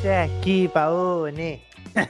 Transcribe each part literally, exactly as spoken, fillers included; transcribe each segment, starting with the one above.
c'è chi paone.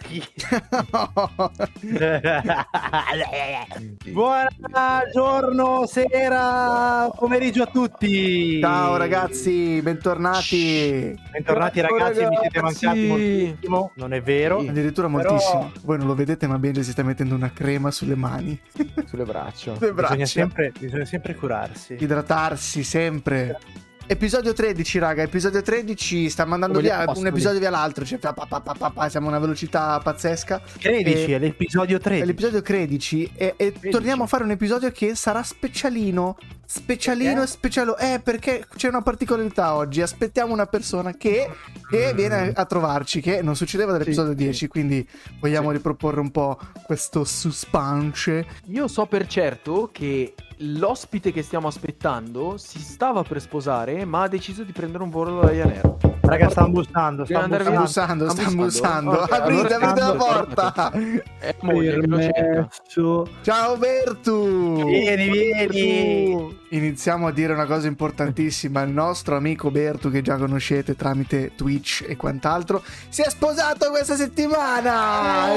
Buongiorno, sera, pomeriggio a tutti. Ciao ragazzi, bentornati. Bentornati ragazzi, mi siete mancati moltissimo. Non è vero? Sì, addirittura però... moltissimo. Voi non lo vedete, ma Benji si sta mettendo una crema sulle mani. Sulle braccia. Sulle braccia. Bisogna sempre, bisogna sempre curarsi. Idratarsi sempre. Episodio tredici, raga, episodio tredici, sta mandando Come via posso un episodio via l'altro, cioè pa, pa, pa, pa, pa, siamo a una velocità pazzesca. tredici, E- è l'episodio È tredici. l'episodio tredici e, e torniamo a fare un episodio che sarà specialino. Specialino Perché? e specialo. Eh, perché c'è una particolarità oggi. Aspettiamo una persona che, che viene a trovarci, che non succedeva dall'episodio Sì, dieci, sì. quindi vogliamo Sì. riproporre un po' questo suspense. Io so per certo che l'ospite che stiamo aspettando si stava per sposare, ma ha deciso di prendere un volo da Ryanair. Raga, stanno bussando, Devi stanno andare Sta via. bussando. bussando, sta Sta bussando. bussando? Ok, Aprite, allora aprite la stanno- porta. È moglie che lo cerca. Ciao Bertu. Vieni, vieni. Bertu. Iniziamo a dire una cosa importantissima. Il nostro amico Bertu, che già conoscete tramite Twitch e quant'altro, si è sposato questa settimana.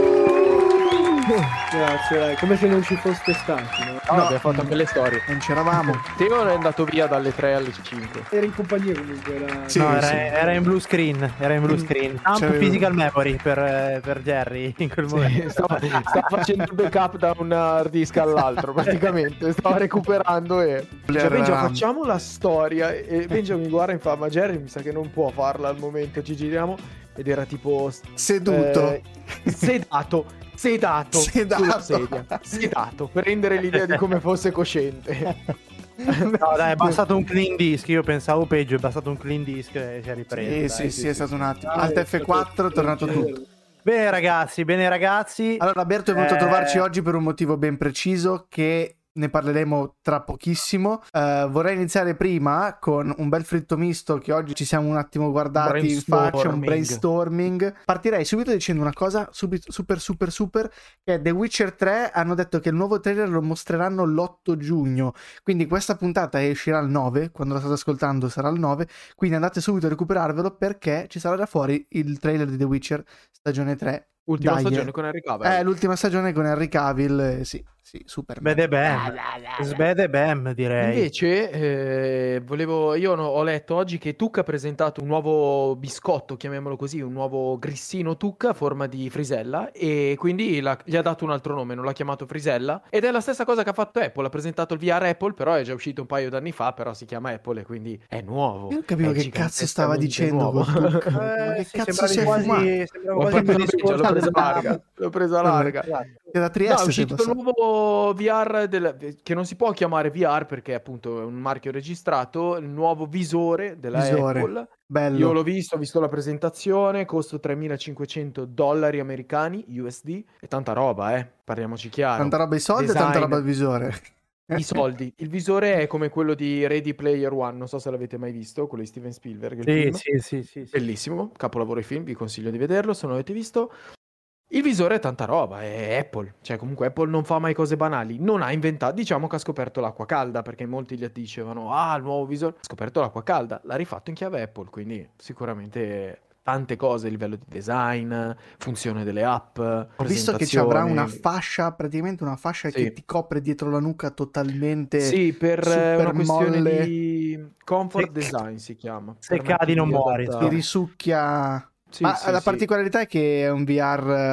Grazie, dai, come se non ci foste stati, no? No, No. abbiamo fatto belle storie. Non c'eravamo. Teo è andato via dalle tre alle cinque. Era in compagnia comunque, era... Sì, No, era, sì. era in blue screen, era in blue screen. Amp C'avevo- physical memory per, eh, per Jerry in quel momento. Stava, stava facendo il backup da un hard disk all'altro, praticamente. Stava recuperando e... Cioè, Benja, facciamo la storia. E Benja mi guarda e mi fa, ma Jerry mi sa che non può farla al momento, ci giriamo. Ed era tipo... Seduto. eh, sedato. Sedato. Sedato. Sulla sedia. Sedato. Per rendere l'idea di come fosse cosciente. No, dai, è bastato un clean disk. Io pensavo peggio, è bastato un clean disk e si è ripreso. Sì, dai. sì, sì, è stato un attimo. Dai, Alt F quattro è tornato tutto. Bene ragazzi, bene ragazzi. Allora, Berto è venuto Eh, a trovarci oggi per un motivo ben preciso, che ne parleremo tra pochissimo. Eh, vorrei iniziare prima con un bel fritto misto che oggi ci siamo un attimo guardati in faccia, un brainstorming. Partirei subito dicendo una cosa subito, super super super, che è The Witcher tre. Hanno detto che il nuovo trailer lo mostreranno l'otto giugno, quindi questa puntata uscirà il nove, quando la state ascoltando sarà il nove, quindi andate subito a recuperarvelo perché ci sarà già fuori il trailer di The Witcher stagione tre. Ultima Dai, stagione eh. con Henry Cavill. Eh, l'ultima stagione con Henry Cavill, eh, sì, sì, super. Bede bam. Sbede bam, direi. Invece, eh, volevo, io no- ho letto oggi che Tucca ha presentato un nuovo biscotto, chiamiamolo così, un nuovo grissino Tucca a forma di frisella, e quindi l'ha- gli ha dato un altro nome, non l'ha chiamato frisella, ed è la stessa cosa che ha fatto Apple. Ha presentato il V R Apple, però è già uscito un paio d'anni fa, però si chiama Apple e quindi è nuovo. Io non capivo È che cazzo stava gigantescamente dicendo nuovo. col Tucca. Ma Eh, che sì, cazzo sembravi si è quasi, fumato? sembrava L'ho quasi preso un larga, l'ho presa larga, l'ho presa larga. Che da No, Trieste è sei uscito il passato. nuovo V R del- che non si può chiamare V R perché appunto è un marchio registrato, il nuovo visore della Visore. Apple. Bello. Io l'ho visto, ho visto la presentazione, costa tremilacinquecento dollari americani U S D, è tanta roba, eh, parliamoci chiaro. Tanta roba i soldi o tanta Design, roba il visore? i soldi. Il visore è come quello di Ready Player One, non so se l'avete mai visto, quello di Steven Spielberg, il Sì, film. sì, sì, sì, sì. Bellissimo, capolavoro di film, vi consiglio di vederlo se non l'avete visto. Il visore è tanta roba, è Apple, cioè comunque Apple non fa mai cose banali, non ha inventato, diciamo che ha scoperto l'acqua calda, perché molti gli dicevano, ah, il nuovo visore, ha scoperto l'acqua calda, l'ha rifatto in chiave Apple, quindi sicuramente tante cose a livello di design, funzione delle app, Ho visto che ci avrà una presentazioni. fascia, praticamente una fascia Sì. che ti copre dietro la nuca totalmente. Sì, per eh, super una questione molle. di comfort Se- design si chiama. se Permette cadi non di muori, adattare. Ti risucchia. Sì, Ma sì, la sì. particolarità è che è un V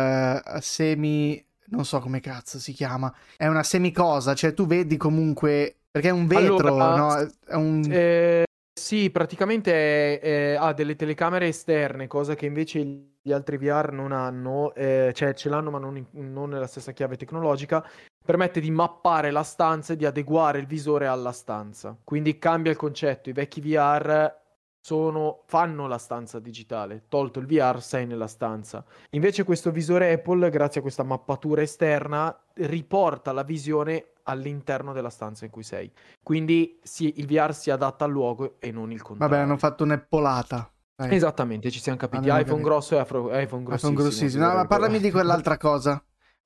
R eh, semi. Non so come cazzo si chiama. È una semicosa, cioè tu vedi comunque. Perché è un vetro, Allora, no? È un. Eh, sì, praticamente è- è- ha delle telecamere esterne, cosa che invece gli altri V R non hanno, eh, cioè ce l'hanno ma non, in- non nella stessa chiave tecnologica, permette di mappare la stanza e di adeguare il visore alla stanza. Quindi cambia il concetto, i vecchi V R sono, fanno la stanza digitale, tolto il V R sei nella stanza. Invece questo visore Apple, grazie a questa mappatura esterna, riporta la visione all'interno della stanza in cui sei. Quindi sì, il V R si adatta al luogo e non il contrario. Vabbè, hanno fatto un'eppolata. Dai. Esattamente, ci siamo capiti. Abbiamo iPhone capito. grosso e afro- iPhone grossissimo. iPhone grossissimo. No, ma parlami di quell'altra cosa.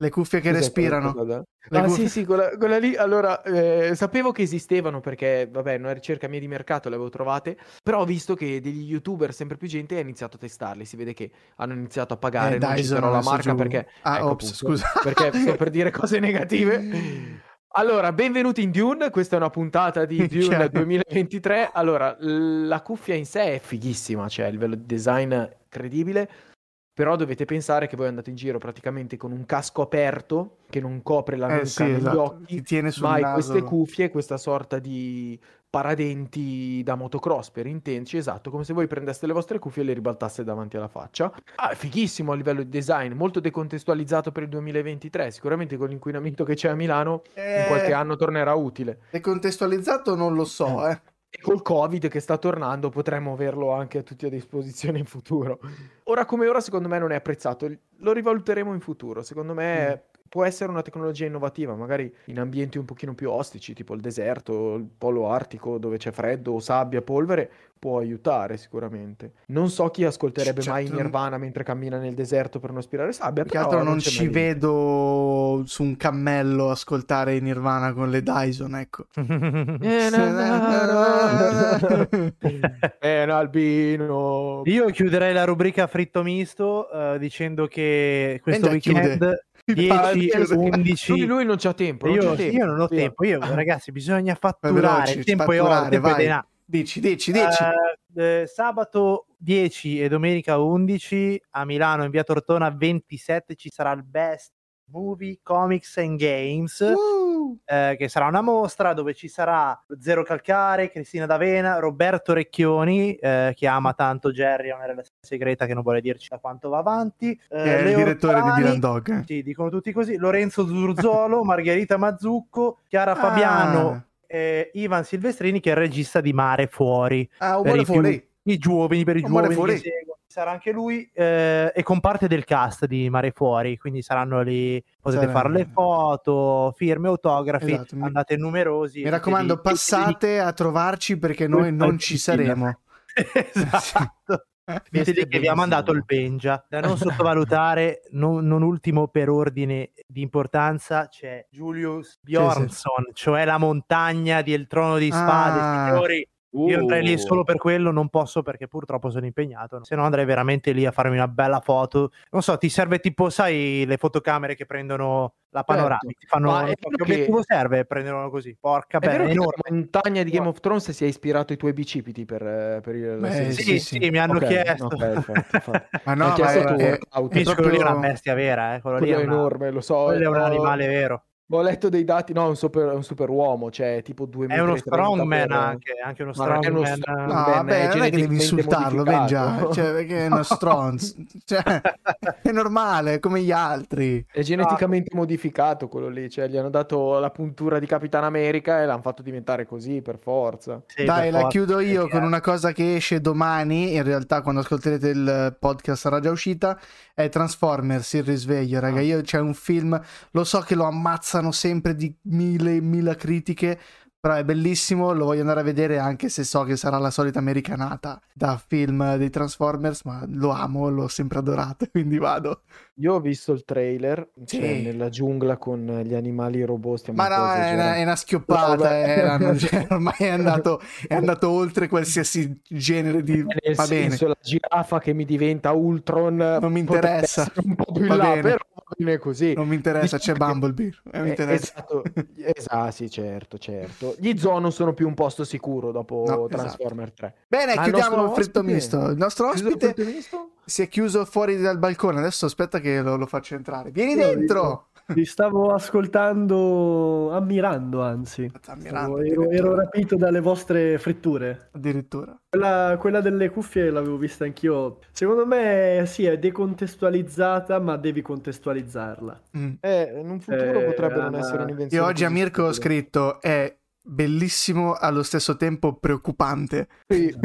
Le cuffie che Cos'è respirano. quella- Le Ah cuffie- sì sì, quella, quella lì, allora, eh, sapevo che esistevano perché, vabbè, una ricerca mia di mercato le avevo trovate, però ho visto che degli youtuber, sempre più gente, ha iniziato a testarli, si vede che hanno iniziato a pagare, Eh, non Dyson citerò la adesso marca giù. perché, Ah, ecco ops, appunto, scusa. perché sto per dire cose negative. Allora, benvenuti in Dune, questa è una puntata di Dune Chiaro. duemilaventitré. Allora, l- la cuffia in sé è fighissima, cioè a livello di design credibile, però dovete pensare che voi andate in giro praticamente con un casco aperto che non copre la Eh nuca sì, negli esatto. occhi, Ti tiene sul ma hai naso. queste cuffie, questa sorta di paradenti da motocross per intenderci, esatto, come se voi prendeste le vostre cuffie e le ribaltaste davanti alla faccia. Ah, è fighissimo a livello di design, molto decontestualizzato per il duemilaventitré, sicuramente con l'inquinamento che c'è a Milano in qualche Eh, anno tornerà utile. decontestualizzato non lo so, eh. E col Covid che sta tornando potremmo averlo anche a tutti a disposizione in futuro. Ora come ora secondo me non è apprezzato, lo rivaluteremo in futuro, secondo me può essere una tecnologia innovativa, magari in ambienti un pochino più ostici, tipo il deserto, il polo artico dove c'è freddo, sabbia, polvere, può aiutare sicuramente. Non so chi ascolterebbe mai Certo. Nirvana mentre cammina nel deserto per non aspirare sabbia, Più che però altro non c'è ci mai limite. vedo su un cammello ascoltare Nirvana con le Dyson, ecco. Eh, na, na, na. Eh, no, albino. Io chiuderei la rubrica fritto misto eh, dicendo che questo Benja chiude. weekend Ah, dieci, chiude. undici Lui, lui non c'ha tempo, non c'ha io, tempo. io non ho Via. tempo, io ragazzi bisogna Vai fatturare, veloci, il tempo è oro, il fatturare, tempo è vai. denaro. Dici, dici, dici. Eh, eh, sabato dieci e domenica undici a Milano in via Tortona ventisette ci sarà il Best Movie Comics and Games, Uh, eh, che sarà una mostra dove ci sarà Zero Calcare, Cristina D'Avena, Roberto Recchioni, eh, che ama tanto Jerry, è una relazione segreta che non vuole dirci da quanto va avanti, eh, che è il Leo direttore di Ortolani, Dylan Dog. eh. sì, dicono tutti così, Lorenzo Zurzolo, Margherita Mazzucco, Chiara Fabiano, Ah, eh, Ivan Silvestrini che è il regista di Mare Fuori, ah un per buone i, più- fuori. i giovani, per i Un buone giovani fuori. che seguono. Sarà anche lui eh, e con parte del cast di Mare Fuori, quindi saranno lì, potete Sarà- fare le foto, firme, autografi, Esatto, mi- andate numerosi. Mi raccomando, Vedevi- passate a trovarci perché noi non ci saremo. Esatto. Vedete lì che vi ha benissimo. mandato il Benja. Da non sottovalutare, non, non ultimo per ordine di importanza, c'è Julius Bjornsson, cioè la montagna del Trono di Spade, Ah. signori. Io andrei lì Uh. solo per quello, non posso perché purtroppo sono impegnato, se no andrei veramente lì a farmi una bella foto. Non so, ti serve tipo, sai, le fotocamere che prendono la panoramica, ti fanno, Ma non è so, vero che che- obiettivo serve prenderlo così? Porca È vero bella, è che enorme. la montagna di Game of Thrones si è ispirato ai tuoi bicipiti per, eh, per il la Beh, serie Sì, T V? sì, sì. mi hanno Ok, chiesto. ok, infatti, infatti. Ma Mi no, ha ma chiesto è, tu, è, workout. è Capisci, quello lì è una proprio... bestia vera, eh? Quello lì Quello è, è una- enorme, lo so. quello è un ho- animale vero. Ho letto dei dati, no, è un super, è un super uomo, cioè tipo due È uno metri e trenta strongman per- anche, anche uno Ma non è uno strongman. strongman. No, vabbè, non è che devi geneticamente insultarlo, Benja, modificato. cioè, perché è uno stronzo. Cioè, è normale, come gli altri. È geneticamente modificato quello lì, cioè gli hanno dato la puntura di Capitan America e l'hanno fatto diventare così per forza. Sì, Dai, per la forza, chiudo io perché- con una cosa che esce domani. In realtà, quando ascolterete il podcast sarà già uscita. È Transformers, il risveglio, raga. Ah. Io c'è un film, lo so che lo ammazzano sempre di mille e mila critiche, però è bellissimo, lo voglio andare a vedere anche se so che sarà la solita americanata da film dei Transformers, ma lo amo, l'ho sempre adorato, quindi vado. Io ho visto il trailer, Sì. cioè nella giungla con gli animali robot, stiamo Ma un po' no, è una, esagerando. è una schioppata, Vabbè. era, non c'è- ormai è andato, è andato oltre qualsiasi genere di... Nel Va bene. senso, la giraffa che mi diventa Ultron Non mi potrebbe interessa. essere un po' più in Va là, bene. però va bene così. Non mi interessa, c'è Diciamo che- Bumblebee. eh, mi Eh, interessa. Esatto, esatto, sì, certo, certo. Gli zoo non sono più un posto sicuro dopo No, Transformer tre. Bene, Ma chiudiamo il il nostro fritto ospite- misto. Il nostro Chiuso il ospite fritto misto? si è chiuso fuori dal balcone. Adesso aspetta che lo, lo faccio entrare. Vieni Io dentro! Vi stavo ascoltando, ammirando anzi. Ammirando, Stavo- ero, ero addirittura. rapito dalle vostre fritture. Addirittura. Quella, quella delle cuffie l'avevo vista anch'io. Secondo me sì, è decontestualizzata, ma devi contestualizzarla. Mm. Eh, in un futuro Eh, potrebbe non ah, essere un'invenzione. Io oggi a così Mirko ho stupida. scritto è bellissimo allo stesso tempo preoccupante. Sì,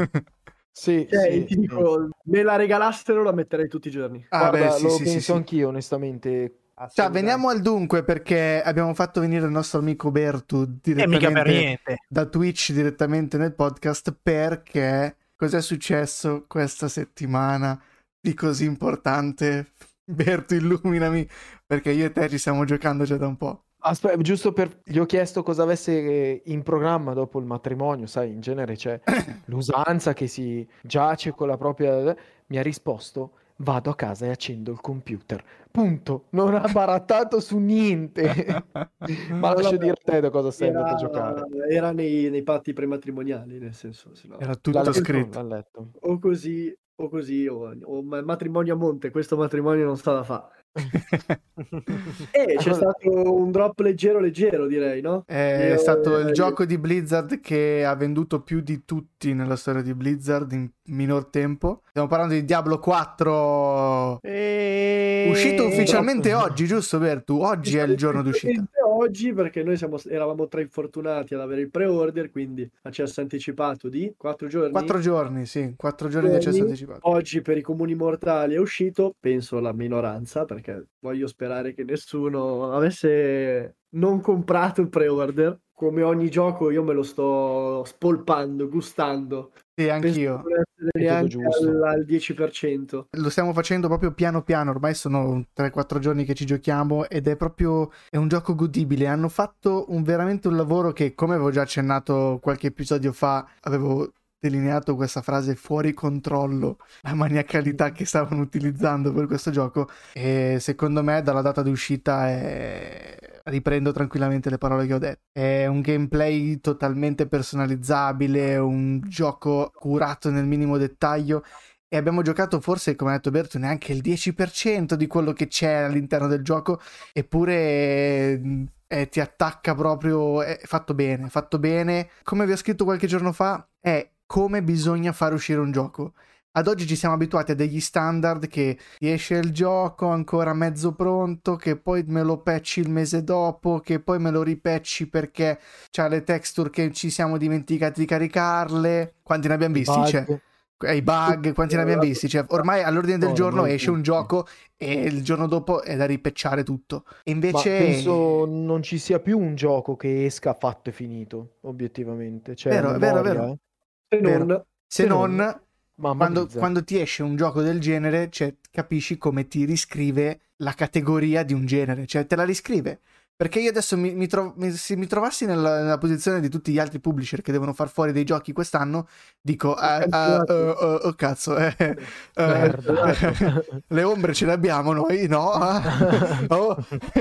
sì, Cioè, sì, ti sì. dico, me la regalassero, la metterei tutti i giorni. Ah, Guarda, beh, sì, lo sì, sì, penso sì. anch'io, onestamente. Cioè, veniamo al dunque perché abbiamo fatto venire il nostro amico Bertu E mica per direttamente niente. da Twitch direttamente nel podcast perché cos'è successo questa settimana di così importante Berto, illuminami, perché io e te ci stiamo giocando già da un po'. Aspetta, giusto per... Gli ho chiesto cosa avesse in programma dopo il matrimonio, sai, in genere c'è l'usanza che si giace con la propria... Mi ha risposto, vado a casa e accendo il computer. Punto. Non ha barattato su niente. Ma lascio dire a te da cosa stai Era, andando a giocare. era nei, nei patti prematrimoniali, nel senso, se no, Era tutto L'ha letto? scritto. L'ha letto. o così o così o, o ma- matrimonio a monte, questo matrimonio non sta da fare. E c'è stato un drop leggero leggero, direi, no? È Io- stato il eh, gioco di Blizzard che ha venduto più di tutti nella storia di Blizzard in minor tempo. Stiamo parlando di Diablo quattro, E... uscito ufficialmente oggi, giusto Bertu? Oggi è il giorno d'uscita. Oggi, perché noi siamo, eravamo tra i fortunati ad avere il pre-order, quindi accesso anticipato di quattro giorni. Quattro giorni, sì, quattro giorni di accesso anticipato. Oggi per i comuni mortali è uscito, penso la minoranza, perché voglio sperare che nessuno avesse non comprato il pre-order. Come ogni gioco io me lo sto spolpando, gustando. Sì, anch'io. Penso di non essere È neanche tutto giusto. al, al dieci per cento. Lo stiamo facendo proprio piano piano, ormai sono tre quattro giorni che ci giochiamo ed è proprio è un gioco godibile. Hanno fatto un, veramente un lavoro che, come avevo già accennato qualche episodio fa, avevo delineato questa frase fuori controllo, la maniacalità che stavano utilizzando per questo gioco, e secondo me dalla data di uscita è... riprendo tranquillamente le parole che ho detto. È un gameplay totalmente personalizzabile, un gioco curato nel minimo dettaglio, e abbiamo giocato forse, come ha detto Berto, neanche il dieci per cento di quello che c'è all'interno del gioco, eppure eh, ti attacca proprio. È fatto bene, è fatto bene. Come vi ho scritto qualche giorno fa, è come bisogna fare uscire un gioco. Ad oggi ci siamo abituati a degli standard che ti esce il gioco ancora mezzo pronto, che poi me lo patchi il mese dopo, che poi me lo ripatchi perché c'ha le texture che ci siamo dimenticati di caricarle. Quanti ne abbiamo visti? Cioè, eh, i bug, quanti ne abbiamo visti? Cioè, ormai all'ordine del No, giorno ormai esce un tutti. gioco e il giorno dopo è da ripatchare tutto. E Ma invece... penso non ci sia più un gioco che esca fatto e finito, obiettivamente. Cioè, Vero, a è vero, è memoria, vero. eh. Se Vero. non, Se, se non... non- Mamma Quando, Blizzard. quando ti esce un gioco del genere, cioè, capisci come ti riscrive la categoria di un genere, cioè te la riscrive. Perché io adesso mi, mi, tro- mi- se mi trovassi nella, nella posizione di tutti gli altri publisher che devono far fuori dei giochi quest'anno, dico, ah, ah, oh, oh, oh, cazzo, eh, eh, Merda. le ombre ce le abbiamo noi, no? Ah, oh,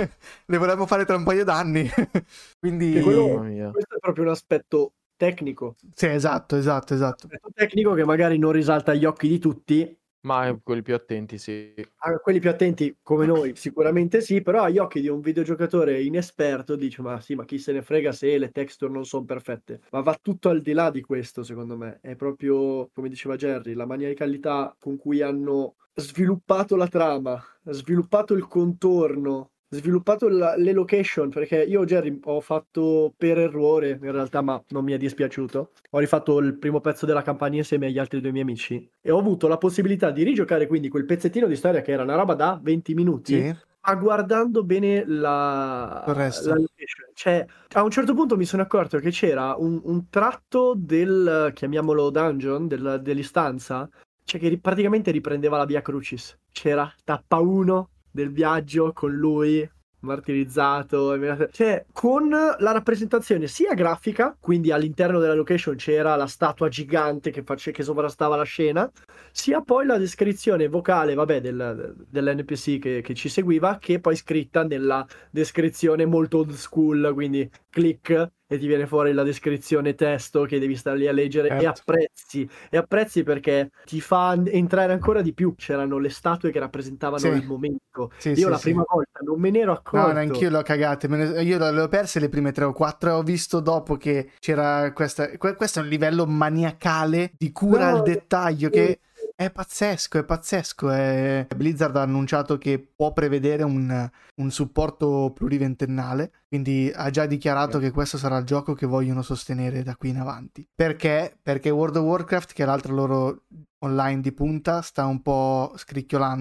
le vorremmo fare tra un paio d'anni. Quindi... che quello- Mamma mia. questo è proprio un aspetto tecnico. Sì, esatto, esatto, esatto. Aspetto tecnico che magari non risalta agli occhi di tutti. Ma quelli più attenti, sì. A quelli più attenti come noi sicuramente sì, però agli occhi di un videogiocatore inesperto dice ma sì, ma chi se ne frega se le texture non sono perfette. Ma va tutto al di là di questo, secondo me. È proprio, come diceva Jerry, la maniacalità con cui hanno sviluppato la trama, sviluppato il contorno, sviluppato la- le location, perché io Jerry ho fatto per errore in realtà, ma non mi è dispiaciuto. Ho rifatto il primo pezzo della campagna insieme agli altri due miei amici e ho avuto la possibilità di rigiocare quindi quel pezzettino di storia che era una roba da venti minuti, Sì. ma guardando bene la, Il resto. la location. Cioè, a un certo punto mi sono accorto che c'era un, un tratto del, chiamiamolo dungeon, del- dell'istanza, cioè che ri- praticamente riprendeva la Via Crucis. C'era tappa uno del viaggio con lui martirizzato, e- cioè con la rappresentazione sia grafica, quindi all'interno della location c'era la statua gigante che, face- che sovrastava la scena, sia poi la descrizione vocale, vabbè, del, dell'N P C che, che ci seguiva, che poi scritta nella descrizione molto old school, quindi click e ti viene fuori la descrizione testo che devi stare lì a leggere e Certo. apprezzi, e apprezzi perché ti fa entrare ancora di più. C'erano le statue che rappresentavano Sì. il momento. Sì, Io sì, la sì. prima volta non me ne ero accorto. No, neanch'io le ho cagate, me ne- io le ho perse le prime tre o quattro e ho visto dopo che c'era questa, que- questo è un livello maniacale di cura No, al dettaglio sì. che è pazzesco, è pazzesco. È... Blizzard ha annunciato che può prevedere un, un supporto pluriventennale, quindi ha già dichiarato che questo sarà il gioco che vogliono sostenere da qui in avanti. Perché? Perché World of Warcraft, che è l'altro loro online di punta, sta un po' scricchiolando.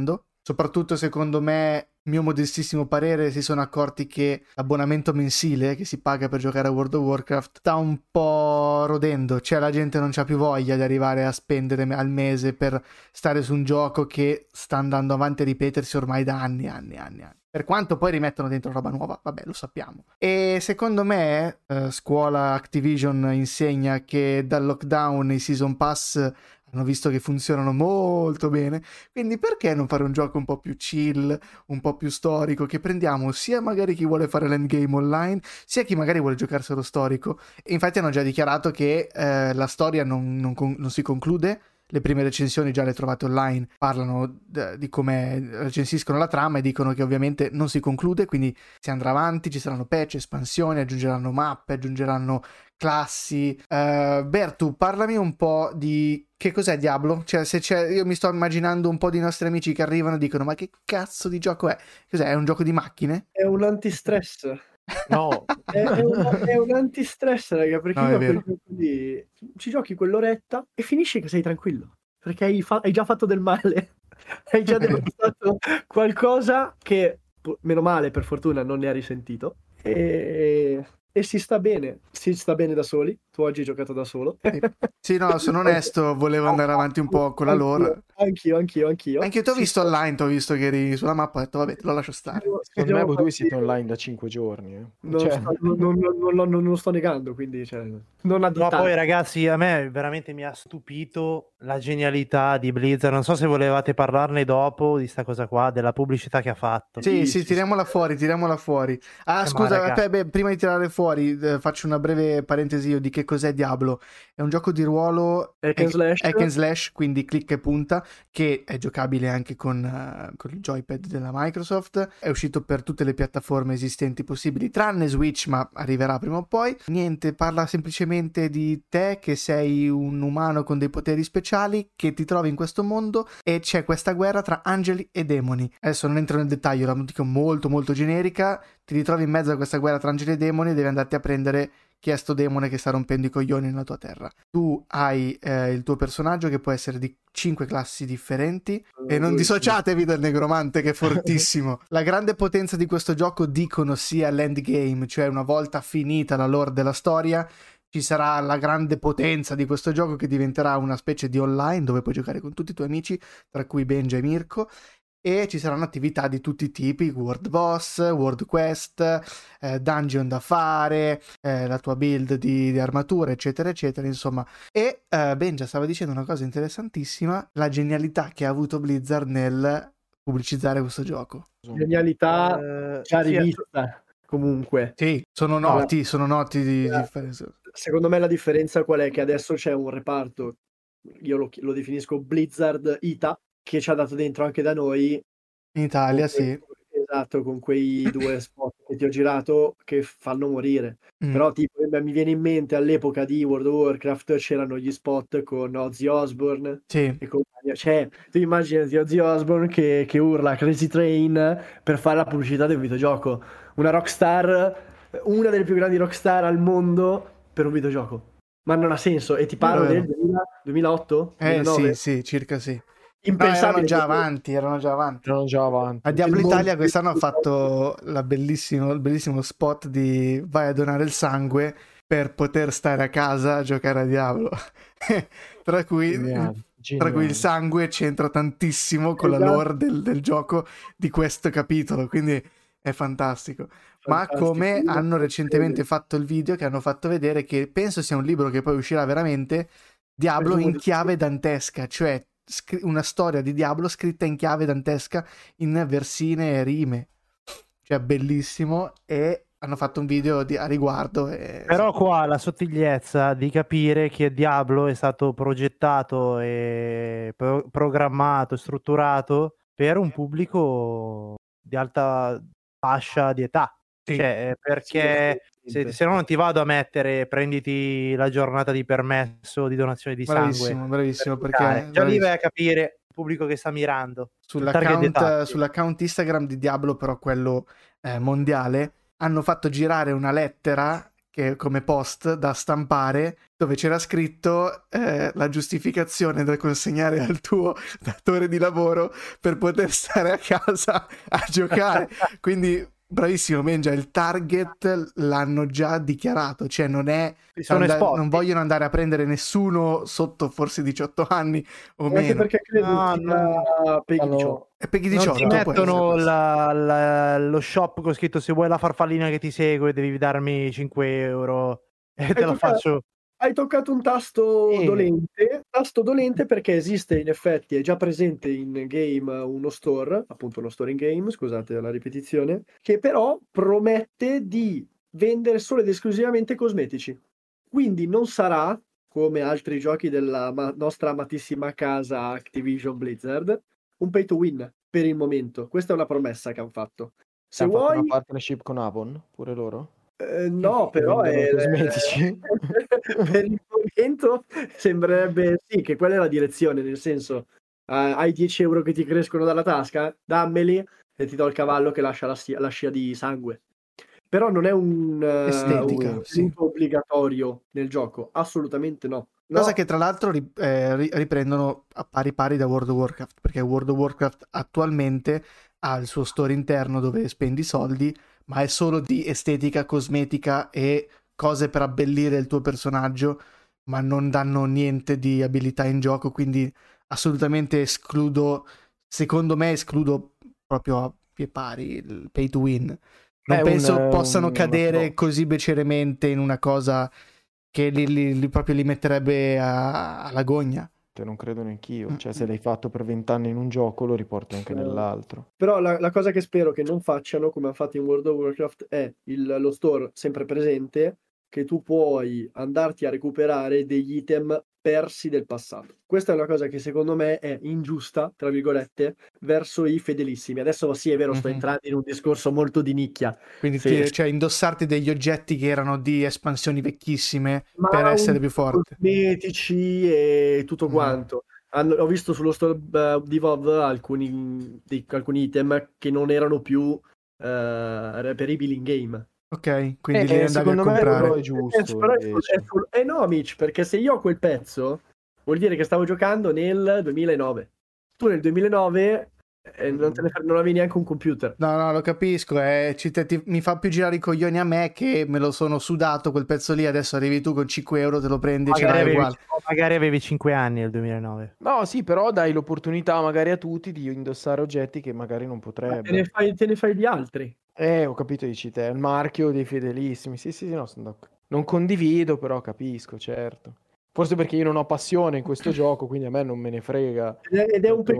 Soprattutto secondo me, mio modestissimo parere, si sono accorti che l'abbonamento mensile che si paga per giocare a World of Warcraft sta un po' rodendo, cioè la gente non c'ha più voglia di arrivare a spendere al mese per stare su un gioco che sta andando avanti a ripetersi ormai da anni, anni, anni, anni. Per quanto poi rimettono dentro roba nuova, vabbè, lo sappiamo. E secondo me, eh, scuola Activision insegna che dal lockdown i Season Pass hanno visto che funzionano molto bene, quindi perché non fare un gioco un po' più chill, un po' più storico, che prendiamo sia magari chi vuole fare l'endgame online, sia chi magari vuole giocarselo storico. E infatti hanno già dichiarato che eh, la storia non, non, non si conclude. Le prime recensioni già le trovate online, parlano d- di come recensiscono la trama e dicono che ovviamente non si conclude, quindi si andrà avanti, ci saranno patch, espansioni, aggiungeranno mappe, aggiungeranno classi. uh, Bertu, parlami un po' di che cos'è Diablo, cioè se c'è, io mi sto immaginando un po' di nostri amici che arrivano e dicono ma che cazzo di gioco è? Cos'è, è un gioco di macchine? È un antistress. No, è, è, un, è un antistress, raga, perché No, io è vero. quel gioco lì ci giochi quell'oretta e finisci che sei tranquillo, perché hai, fa- hai già fatto del male, hai già devastato qualcosa che, meno male, per fortuna non ne ha risentito, e, e si sta bene, si sta bene da soli. Tu oggi hai giocato da solo. Sì, sì, no, sono onesto, volevo andare avanti un po' con la lore. Anch'io, anch'io, anch'io. Anche io ti ho Sì, visto sta- online, ti ho visto che eri sulla mappa, ho detto vabbè, te lo lascio stare. secondo me voi due fatti- siete online da cinque giorni. eh. Non, Cioè, sto, non, non- non- non- non lo sto negando, quindi cioè, non No, additare. poi ragazzi, a me veramente mi ha stupito la genialità di Blizzard. Non so se volevate parlarne dopo di sta cosa qua, della pubblicità che ha fatto. Sì, Sì, sì, sì, tiriamola fuori, tiriamola fuori. Ah, Eh, ma scusa, raga- beh, beh, prima di tirare fuori, eh, faccio una breve parentesi io di che cos'è Diablo. È un gioco di ruolo Hack and slash. hack and slash, quindi clicca e punta, che è giocabile anche con, eh, con il joypad della Microsoft. È uscito per tutte le piattaforme esistenti possibili, tranne Switch, ma arriverà prima o poi. Niente, parla semplicemente di te che sei un umano con dei poteri speciali, che ti trovi in questo mondo e c'è questa guerra tra angeli e demoni. Adesso non entro nel dettaglio, la dico molto molto generica. Ti ritrovi in mezzo a questa guerra tra angeli e demoni e devi andarti a prendere chi è sto demone che sta rompendo i coglioni nella tua terra. Tu hai eh, il tuo personaggio che può essere di cinque classi differenti e non dissociatevi dal negromante che è fortissimo. La grande potenza di questo gioco dicono sia l'endgame, cioè una volta finita la lore della storia ci sarà la grande potenza di questo gioco che diventerà una specie di online dove puoi giocare con tutti i tuoi amici, tra cui Benja e Mirko, e ci saranno attività di tutti i tipi, world boss, world quest, eh, dungeon da fare, eh, la tua build di, di armatura, eccetera eccetera, insomma. E eh, Benja stava dicendo una cosa interessantissima, la genialità che ha avuto Blizzard nel pubblicizzare questo gioco. Genialità Eh, già sì, rivista, comunque. Sì, sono No, noti, sono noti di, di la- fare... Secondo me la differenza qual è? Che adesso c'è un reparto, io lo, lo definisco Blizzard I T A, che ci ha dato dentro anche da noi. In Italia, con quei- sì. Esatto, con quei due spot che ti ho girato che fanno morire. Mm. Però tipo beh, mi viene in mente all'epoca di World of Warcraft c'erano gli spot con Ozzy Osbourne Sì. e compagnia. Cioè, tu immaginati Ozzy Osbourne che, che urla Crazy Train per fare la pubblicità del videogioco. Una rockstar, una delle più grandi rockstar al mondo per un videogioco. Ma non ha senso. E ti parlo Vero, del vero. duemila duemilaotto? Eh duemilanove? sì, sì, circa sì. No, Impensabile. erano già avanti, erano già avanti. erano già avanti. A Diablo Il mondo- Italia quest'anno ha fatto la bellissimo, il bellissimo spot di vai a donare il sangue per poter stare a casa a giocare a Diablo. tra, cui, Geniale, tra geniale. cui il sangue c'entra tantissimo con la Esatto. lore del, del gioco di questo capitolo, quindi è fantastico. Ma Fantastico. come hanno recentemente fatto il video che hanno fatto vedere che penso sia un libro che poi uscirà veramente, Diablo Presumo in di sì. chiave dantesca, cioè scri- una storia di Diablo scritta in chiave dantesca in versine e rime, cioè bellissimo, e hanno fatto un video di- a riguardo e... Però qua la sottigliezza di capire che Diablo è stato progettato e pro- programmato e strutturato per un pubblico di alta fascia di età. Sì. Cioè, eh, perché Sì, se, se no non ti vado a mettere prenditi la giornata di permesso di donazione di bravissimo, sangue. bravissimo, per perché giocare. Già lì bravissimo. vai a capire il pubblico che sta mirando. sul target Sull'account, d'età, sì. sull'account Instagram di Diablo, però quello eh, mondiale, hanno fatto girare una lettera che come post da stampare, dove c'era scritto eh, la giustificazione da consegnare al tuo datore di lavoro per poter stare a casa a giocare. Quindi bravissimo Benja, il target l'hanno già dichiarato, cioè non è and- non vogliono andare a prendere nessuno sotto forse diciotto anni o Anche meno. perché credo No, sia no. Peggy diciotto. E Peggy Non diciotto ti può essere mettono questo. la- la- lo shop con scritto se vuoi la farfallina che ti segue devi darmi cinque euro e te Hai la toccato, faccio. hai toccato un tasto Eh. dolente, tasto dolente perché esiste in effetti, è già presente in game uno store, appunto uno store in game, scusate la ripetizione, che però promette di vendere solo ed esclusivamente cosmetici. Quindi non sarà, come altri giochi della ma- nostra amatissima casa Activision Blizzard, un pay to win per il momento. Questa è una promessa che hanno fatto. Se Hanno fatto vuoi... una partnership con Avon, pure loro? Eh, no, Che però vendono è, i cosmetici? per il momento sembrerebbe sì che quella è la direzione, nel senso eh, hai dieci euro che ti crescono dalla tasca, dammeli e ti do il cavallo che lascia la, scia- la scia di sangue. Però non è un, eh, Estetica, un sì. punto obbligatorio nel gioco, assolutamente no. No, Cosa che tra l'altro ri- eh, ri- riprendono a pari pari da World of Warcraft, perché World of Warcraft attualmente ha il suo store interno dove spendi soldi, ma è solo di estetica, cosmetica e cose per abbellire il tuo personaggio, ma non danno niente di abilità in gioco, quindi assolutamente escludo, secondo me escludo proprio a pie pari il pay to win. Non È penso un- possano un- cadere una- così beceramente in una cosa che li, li- li proprio li metterebbe a- alla gogna. Non credo neanch'io. Mm, Cioè, se mm. l'hai fatto per vent'anni in un gioco, lo riporti anche No. nell'altro. però la, la cosa che spero che non facciano, come hanno fatto in World of Warcraft, è il- lo store sempre presente, che tu puoi andarti a recuperare degli item persi del passato. Questa è una cosa che secondo me è ingiusta, tra virgolette, verso i fedelissimi. Adesso sì, è vero, sto Mhm. entrando in un discorso molto di nicchia. Quindi Se- ti- cioè, indossarti degli oggetti che erano di espansioni vecchissime ma per essere un- più forte. cosmetici e tutto Mhm. quanto. Hanno- ho visto sullo store eh, di WoW alcuni, dei- alcuni item che non erano più eh, reperibili in game. Ok, quindi Eh, li andavi a secondo me comprare. però è Eh, giusto, però è sul- invece. è sul- eh no, Mitch, perché se io ho quel pezzo, vuol dire che stavo giocando nel duemilanove. Tu nel duemilanove eh, non, te ne fre- non avevi neanche un computer. No, no, lo capisco. eh, ci te- ti- mi fa più girare i coglioni a me che me lo sono sudato quel pezzo lì. Adesso arrivi tu con cinque euro, te lo prendi e ce Magari l'hai avevi, uguale. magari avevi cinque anni nel duemilanove. No, sì, però dai l'opportunità magari a tutti di indossare oggetti che magari non Ma te ne potrebbero. fai, te ne fai di altri. Eh, ho capito, dici te, il marchio dei fedelissimi. Sì, sì, sì, no, sono d'accordo. Non condivido, però capisco, certo. Forse perché io non ho passione in questo gioco, quindi a me non me ne frega. Ed è, ed è un Tanto-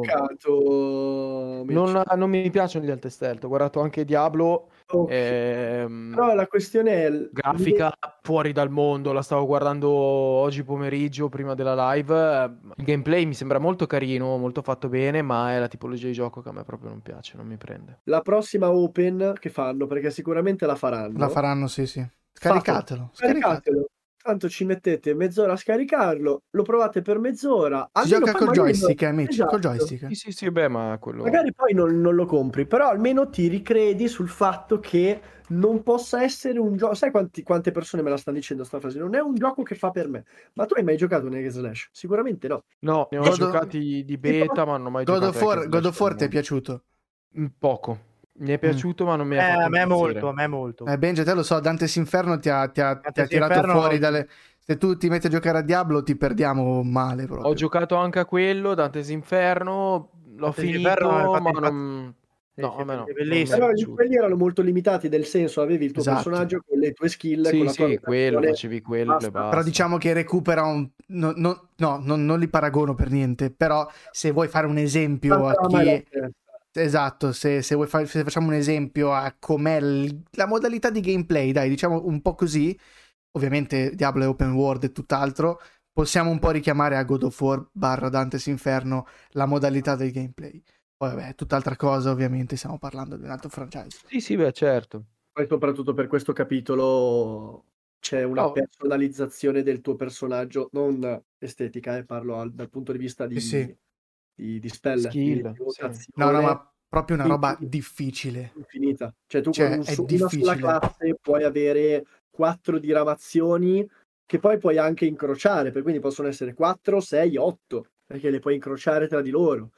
peccato, Mitch. Non, non mi piacciono gli alti stealth. Ho guardato anche Diablo. Ok. ehm, Però la questione è... il- Grafica fuori dal mondo, la stavo guardando oggi pomeriggio prima della live. Il gameplay mi sembra molto carino, molto fatto bene, ma è la tipologia di gioco che a me proprio non piace, non mi prende. La prossima Open che fanno, perché sicuramente la faranno. La faranno, sì, sì. Scaricatelo. Fatelo, Scaricatelo. Scaricatelo. Tanto ci mettete mezz'ora a scaricarlo, lo provate per mezz'ora. Si almeno gioca poi col magari joystick, non- amici. Esatto. Col joystick. Sì, sì, sì, beh, ma quello... Magari poi non, non lo compri, però almeno ti ricredi sul fatto che non possa essere un gioco. Sai quanti- quante persone me la stanno dicendo sta frase? Non è un gioco che fa per me. Ma tu hai mai giocato nel Slash? Sicuramente no. No, ne ho God of- giocati di beta, ma non ho mai God giocato of War, anche God of War Slash ti è al piaciuto? mondo. Mm, Poco. Mi è piaciuto, ma non mi Eh, ha fatto a me impazzire. molto, a me molto. Eh, Benja, te lo so, Dante's Inferno ti ha, ti ha- ti ha Dante's tirato Inferno- fuori dalle... Se tu ti metti a giocare a Diablo ti perdiamo male proprio. Ho giocato anche a quello, Dante's Inferno, l'ho Dante's finito, Inferno, infatti, ma infatti- non... Sì, No, sì, a me no. è non mi è bellissimo. Però piaciuto. quelli erano molto limitati, del senso avevi il tuo Esatto. personaggio con le tue skill, Sì, con la tua sì, quello, rotazione. facevi quello basta. e basta. Però diciamo che recupera un... No, no, no, non, non li paragono per niente, però se vuoi fare un esempio a Tanta mai la chi... testa. Esatto, se, se vuoi fare, se facciamo un esempio a com'è l- la modalità di gameplay, dai, diciamo un po' così, ovviamente Diablo è open world e tutt'altro, possiamo un po' richiamare a God of War barra Dante's Inferno la modalità del gameplay. Poi vabbè, tutt'altra cosa, ovviamente stiamo parlando di un altro franchise. Sì, sì, beh, certo. Poi soprattutto per questo capitolo c'è una No. personalizzazione del tuo personaggio, non estetica, eh, parlo al- dal punto di vista di, Sì, sì. di, di spell, Skill, di, di sì. votazione No, no, ma proprio una roba Infinita. difficile. infinita. Cioè tu Cioè, con un è so- una sola difficile. classe puoi avere quattro diramazioni che poi puoi anche incrociare, per quindi possono essere quattro, sei, otto, perché le puoi incrociare tra di loro.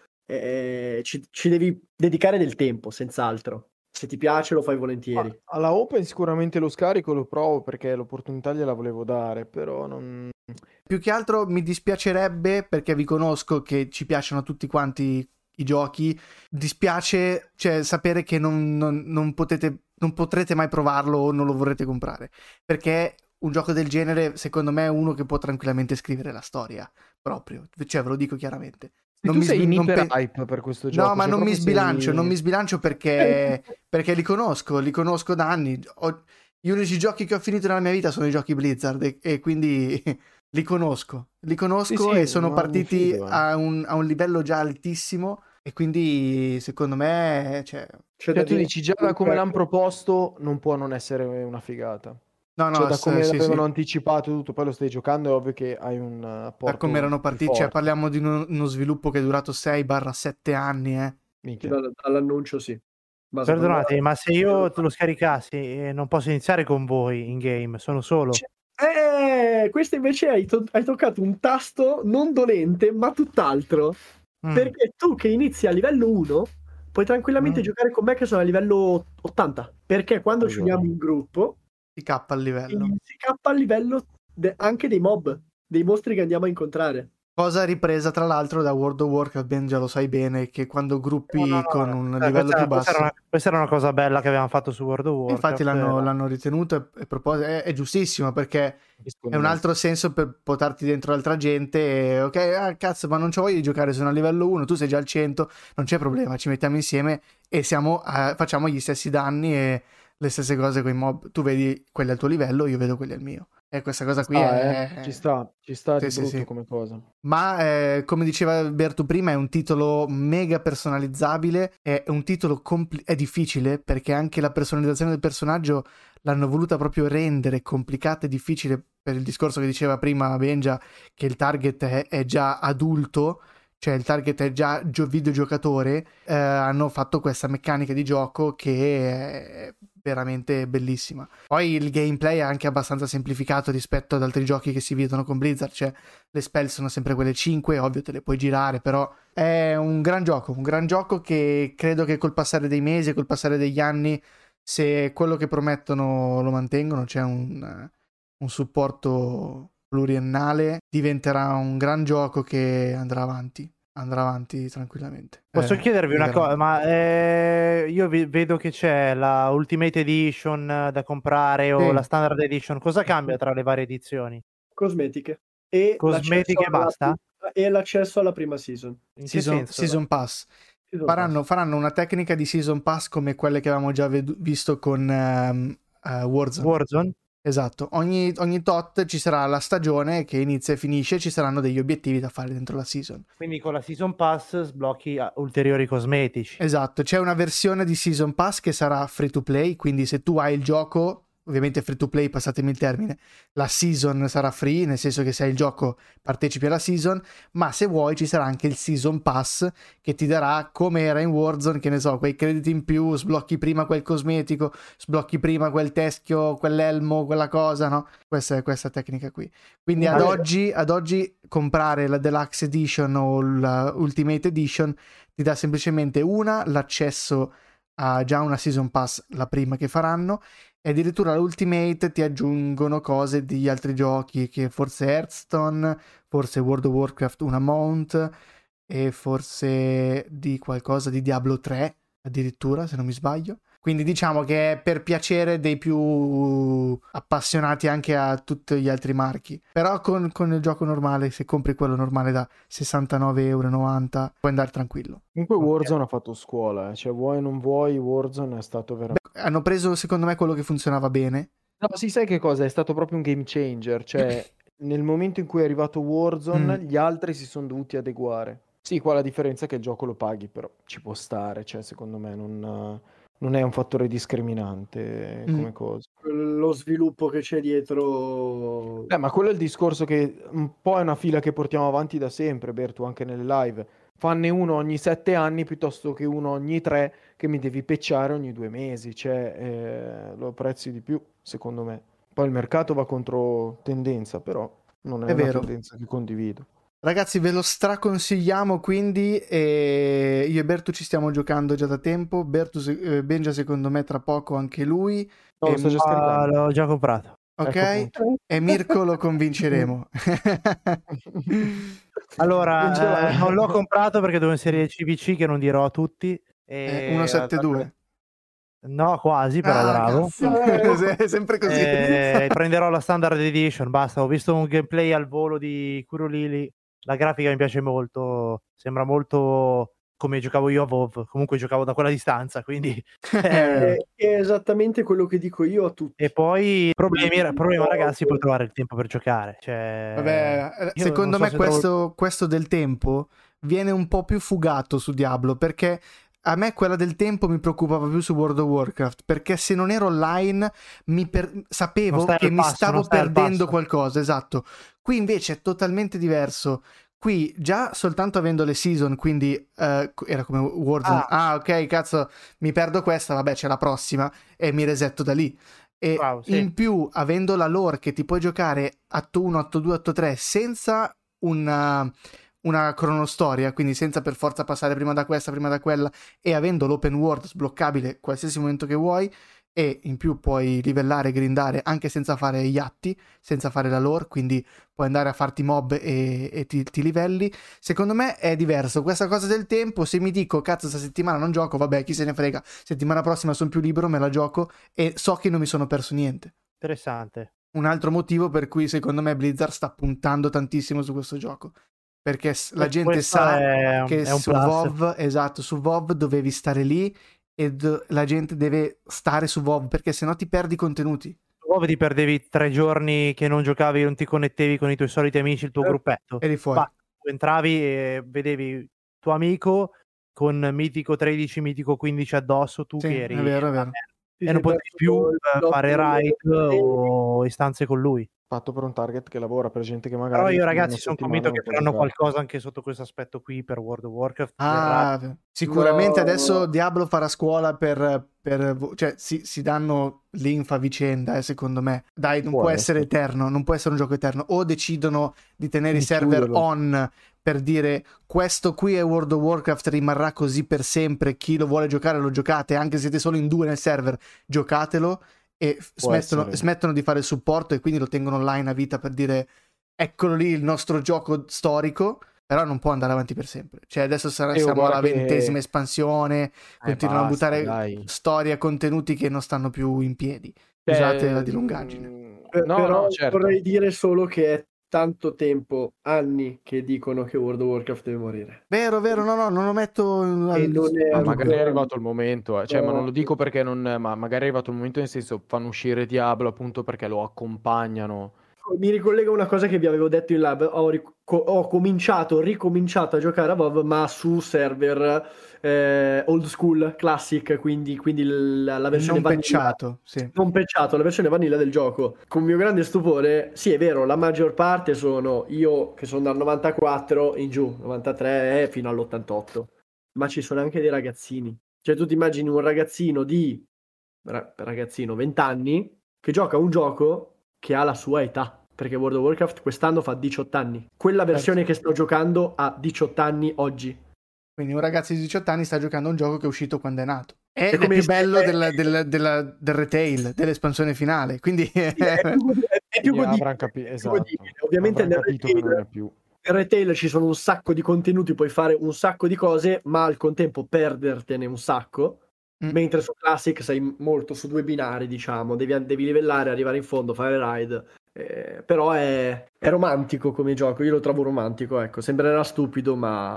E ci, ci devi dedicare del tempo, senz'altro. Se ti piace lo fai volentieri. Ma alla Open sicuramente lo scarico, lo provo perché l'opportunità gliela volevo dare, però non... Più che altro mi dispiacerebbe, perché vi conosco che ci piacciono tutti quanti i giochi, dispiace, cioè, sapere che non, non, non potete, non potrete mai provarlo o non lo vorrete comprare, perché un gioco del genere secondo me è uno che può tranquillamente scrivere la storia proprio, cioè ve lo dico chiaramente. Non non tu mi sei in non iper pe- hype per questo gioco. No, ma cioè non mi proprio sbilancio, sei... non mi sbilancio perché, perché li conosco, li conosco da anni. Ho- gli unici giochi che ho finito nella mia vita sono i giochi Blizzard e, e quindi li conosco, li conosco Sì, sì, e sono ma mi partiti fido, eh. a un, a un livello già altissimo e quindi secondo me, cioè, C'è Cioè da tu dire dici già da come l'hanno proposto non può non essere una figata. no, Cioè no, da s- come sì, l'avevano sì. anticipato tutto, poi lo stai giocando, è ovvio che hai un uh, apporto Da come erano più partiti, cioè forte. parliamo di uno, uno sviluppo che è durato sei sette anni, eh. Minchia. da- dall'annuncio, sì. Ma secondo me- Perdonate, ma se io te lo scaricassi eh, non posso iniziare con voi in game, sono solo. Cioè, Eh, questo invece hai, to- hai toccato un tasto non dolente, ma tutt'altro. Mm. Perché tu che inizi a livello uno puoi tranquillamente Mm. giocare con me che sono a livello ottanta. Perché quando ci Ragione. uniamo in gruppo Si cappa al livello. si cappa a livello de- anche dei mob, dei mostri che andiamo a incontrare. Cosa ripresa tra l'altro da World of Warcraft, Ben già lo sai bene, che quando gruppi No, no, no, con no. un Eh, livello questa, più questa basso... era una, questa era una cosa bella che avevamo fatto su World of E Warcraft. infatti l'hanno, era- l'hanno ritenuto e, e propos- è, è giustissimo perché è un altro senso per portarti dentro altra gente e, ok, ah, cazzo, ma non c'ho voglia di giocare, sono a livello uno, tu sei già al cento, non c'è problema, ci mettiamo insieme e siamo, eh, facciamo gli stessi danni e le stesse cose con i mob, tu vedi quelli al tuo livello, io vedo quelli al mio. E questa cosa qui Ah, è... eh, ci sta, ci sta Sì, di sì, brutto sì. come cosa. Ma eh, come diceva Alberto prima, è un titolo mega personalizzabile, è un titolo compli- è difficile perché anche la personalizzazione del personaggio l'hanno voluta proprio rendere complicata e difficile per il discorso che diceva prima Benja, che il target è, è già adulto, cioè il target è già gio- videogiocatore. Eh, hanno fatto questa meccanica di gioco che è veramente bellissima. Poi il gameplay è anche abbastanza semplificato rispetto ad altri giochi che si vedono con Blizzard, cioè le spell sono sempre quelle cinque, ovvio te le puoi girare, però è un gran gioco, un gran gioco che credo che col passare dei mesi e col passare degli anni, se quello che promettono lo mantengono, c'è un, un supporto pluriennale, diventerà un gran gioco che andrà avanti, andrà avanti tranquillamente. Posso Eh, chiedervi una veramente. cosa, ma eh, io vi- vedo che c'è la Ultimate Edition eh, da comprare o Sì. la Standard Edition, cosa cambia tra le varie edizioni? Cosmetiche. E Cosmetiche e l'accesso alla basta? prima- e l'accesso alla prima season. In che Season, senso? season Pass. Season Faranno, pass. faranno una tecnica di Season Pass come quelle che avevamo già ved- visto con ehm, eh, Warzone. Warzone? Esatto, ogni, ogni tot ci sarà la stagione che inizia e finisce e ci saranno degli obiettivi da fare dentro la season. Quindi con la Season Pass sblocchi ah, ulteriori cosmetici. Esatto, c'è una versione di Season Pass che sarà free to play, quindi se tu hai il gioco, ovviamente free to play, passatemi il termine, la season sarà free, nel senso che se hai il gioco partecipi alla season, ma se vuoi ci sarà anche il Season Pass che ti darà, come era in Warzone, che ne so, quei crediti in più, sblocchi prima quel cosmetico, sblocchi prima quel teschio, quell'elmo, quella cosa, no? Questa è questa tecnica qui. Quindi ad Allora- oggi, ad oggi comprare la Deluxe Edition o la Ultimate Edition ti dà semplicemente una, l'accesso a già una Season Pass, la prima che faranno, e addirittura l'Ultimate ti aggiungono cose di altri giochi, che forse Hearthstone, forse World of Warcraft una mount e forse di qualcosa di Diablo tre addirittura, se non mi sbaglio. Quindi diciamo che è per piacere dei più appassionati anche a tutti gli altri marchi. Però con, con il gioco normale, se compri quello normale da sessantanove virgola novanta euro, puoi andare tranquillo. Comunque Warzone ha fatto scuola, eh. Cioè vuoi o non vuoi, Warzone è stato veramente... Beh, hanno preso secondo me quello che funzionava bene. No, sì, sai che cosa? È stato proprio un game changer, cioè nel momento in cui è arrivato Warzone, Mm. gli altri si sono dovuti adeguare. Sì, qua la differenza è che il gioco lo paghi, però ci può stare, cioè secondo me non, non è un fattore discriminante Mm. come cosa. Lo sviluppo che c'è dietro. Eh, ma quello è il discorso che un po' è una fila che portiamo avanti da sempre, Bertu, anche nelle live. Fanne uno ogni sette anni piuttosto che uno ogni tre che mi devi pecciare ogni due mesi, cioè eh, lo apprezzi di più, secondo me. Poi il mercato va contro tendenza, però non è, È una vero. tendenza che condivido. Ragazzi, ve lo straconsigliamo quindi, e io e Bertu ci stiamo giocando già da tempo. Bertu, se- eh, Benja secondo me tra poco anche lui. No, lo E sto già Ah, scaricando. l'ho già comprato. Ok, Ecco appunto. e Mirko lo convinceremo. Allora, Non ce l'ha. eh, non l'ho comprato perché devo inserire il C V C che non dirò a tutti. Eh, E... centosettantadue. No, quasi, però Ah, bravo. cazzo. Se- sempre così. Eh, prenderò la Standard Edition, basta. Ho visto un gameplay al volo di Kurulili. La grafica mi piace molto. Sembra molto come giocavo io a WoW. Comunque giocavo da quella distanza, quindi... eh, È, è esattamente quello che dico io a tutti. E poi problemi, Quindi, problema no, ragazzi, puoi trovare il tempo per giocare. Cioè, Vabbè, eh, io secondo non so me se questo, trovo- questo del tempo viene un po' più fugato su Diablo, perché a me quella del tempo mi preoccupava più su World of Warcraft, perché se non ero online mi per- Non sapevo stai che al mi passo, stavo non stai al perdendo passo. qualcosa, esatto. Qui invece è totalmente diverso. Qui già soltanto avendo le season, quindi eh, era come Warzone. Ah. Ah, ok, cazzo, mi perdo questa, vabbè, c'è la prossima e mi resetto da lì. E Wow, sì. in più, avendo la lore che ti puoi giocare atto uno, atto due, atto tre senza una, una cronostoria, quindi senza per forza passare prima da questa, prima da quella, e avendo l'open world sbloccabile qualsiasi momento che vuoi, e in più puoi livellare e grindare anche senza fare gli atti, senza fare la lore, quindi puoi andare a farti mob e, e ti, ti livelli. Secondo me è diverso questa cosa del tempo. Se mi dico cazzo sta settimana non gioco, vabbè, chi se ne frega, settimana prossima sono più libero, me la gioco e so che non mi sono perso niente. Interessante. Un altro motivo per cui secondo me Blizzard sta puntando tantissimo su questo gioco, perché s- la gente Questo sa è, che è un su plus. WoW, esatto, su WoW dovevi stare lì e do- la gente deve stare su WoW perché sennò ti perdi i contenuti. WoW ti perdevi tre giorni che non giocavi, non ti connettevi con i tuoi soliti amici, il tuo Eh, gruppetto. eri fuori. Basta, tu entravi e vedevi tuo amico con mitico tredici, mitico quindici addosso, tu Sì, che è eri vero, è una vero. merda. Ti E sei non potevi perso più il eh, blocco fare delle- raid o istanze con lui. Fatto per un target che lavora, per gente che magari Però io in una ragazzi sono settimana convinto non che può faranno giocare. qualcosa anche sotto questo aspetto qui per World of Warcraft. Verrà- Ah, sicuramente No. adesso Diablo farà scuola per, per cioè si, si danno l'infa a vicenda, eh, secondo me. Dai, non può, Può essere essere. eterno, non può essere un gioco eterno. O decidono di tenere Di i server chiuderlo. on per dire questo qui è World of Warcraft, rimarrà così per sempre, chi lo vuole giocare lo giocate, anche se siete solo in due nel server, giocatelo. E f- Può smettono, essere. smettono di fare il supporto e quindi lo tengono online a vita per dire eccolo lì il nostro gioco storico, però non può andare avanti per sempre. Cioè adesso sarà, E siamo alla guarda che- ventesima espansione, continuano basta, a buttare dai. storie e contenuti che non stanno più in piedi. Cioè, Scusate la dilungaggine. mm, Per- No, però no, certo. vorrei dire solo che è tanto tempo, anni, che dicono che World of Warcraft deve morire. Vero, vero, no, no, non lo metto in- E al- non è in Ma dubbio. magari è arrivato il momento, eh. Cioè, ma non lo No. dico perché non. Ma magari è arrivato il momento, nel senso, fanno uscire Diablo appunto perché lo accompagnano. Mi ricollega una cosa che vi avevo detto in lab. Ho, ric- co- ho cominciato, ricominciato a giocare a WoW, ma su server eh, old school, classic, quindi, quindi la, la versione Non vanilla. patchato, sì. Non patchato, la versione vanilla del gioco. Con mio grande stupore, sì, è vero, la maggior parte sono io che sono dal novantaquattro in giù, novantatré e fino all'ottantotto. Ma ci sono anche dei ragazzini. Cioè, tu ti immagini un ragazzino di ra- ragazzino venti anni che gioca un gioco che ha la sua età. Perché World of Warcraft quest'anno fa diciotto anni. Quella versione che sto giocando ha diciotto anni oggi. Quindi un ragazzo di diciotto anni sta giocando a un gioco che è uscito quando è nato. Ed È è, come più se- bello è- del, del, della- del retail, dell'espansione finale. Quindi Sì, è più, è più Sì, godibile, avranno capi- è più esatto. godibile. Ovviamente Avranno nel capito che retail, non è più. nel retail ci sono un sacco di contenuti, puoi fare un sacco di cose, ma al contempo perdertene un sacco. Mm. Mentre su Classic sei molto su due binari, diciamo, devi, devi livellare, arrivare in fondo, fare raid. Eh, però è, è romantico come gioco, io lo trovo romantico, ecco, sembrerà stupido,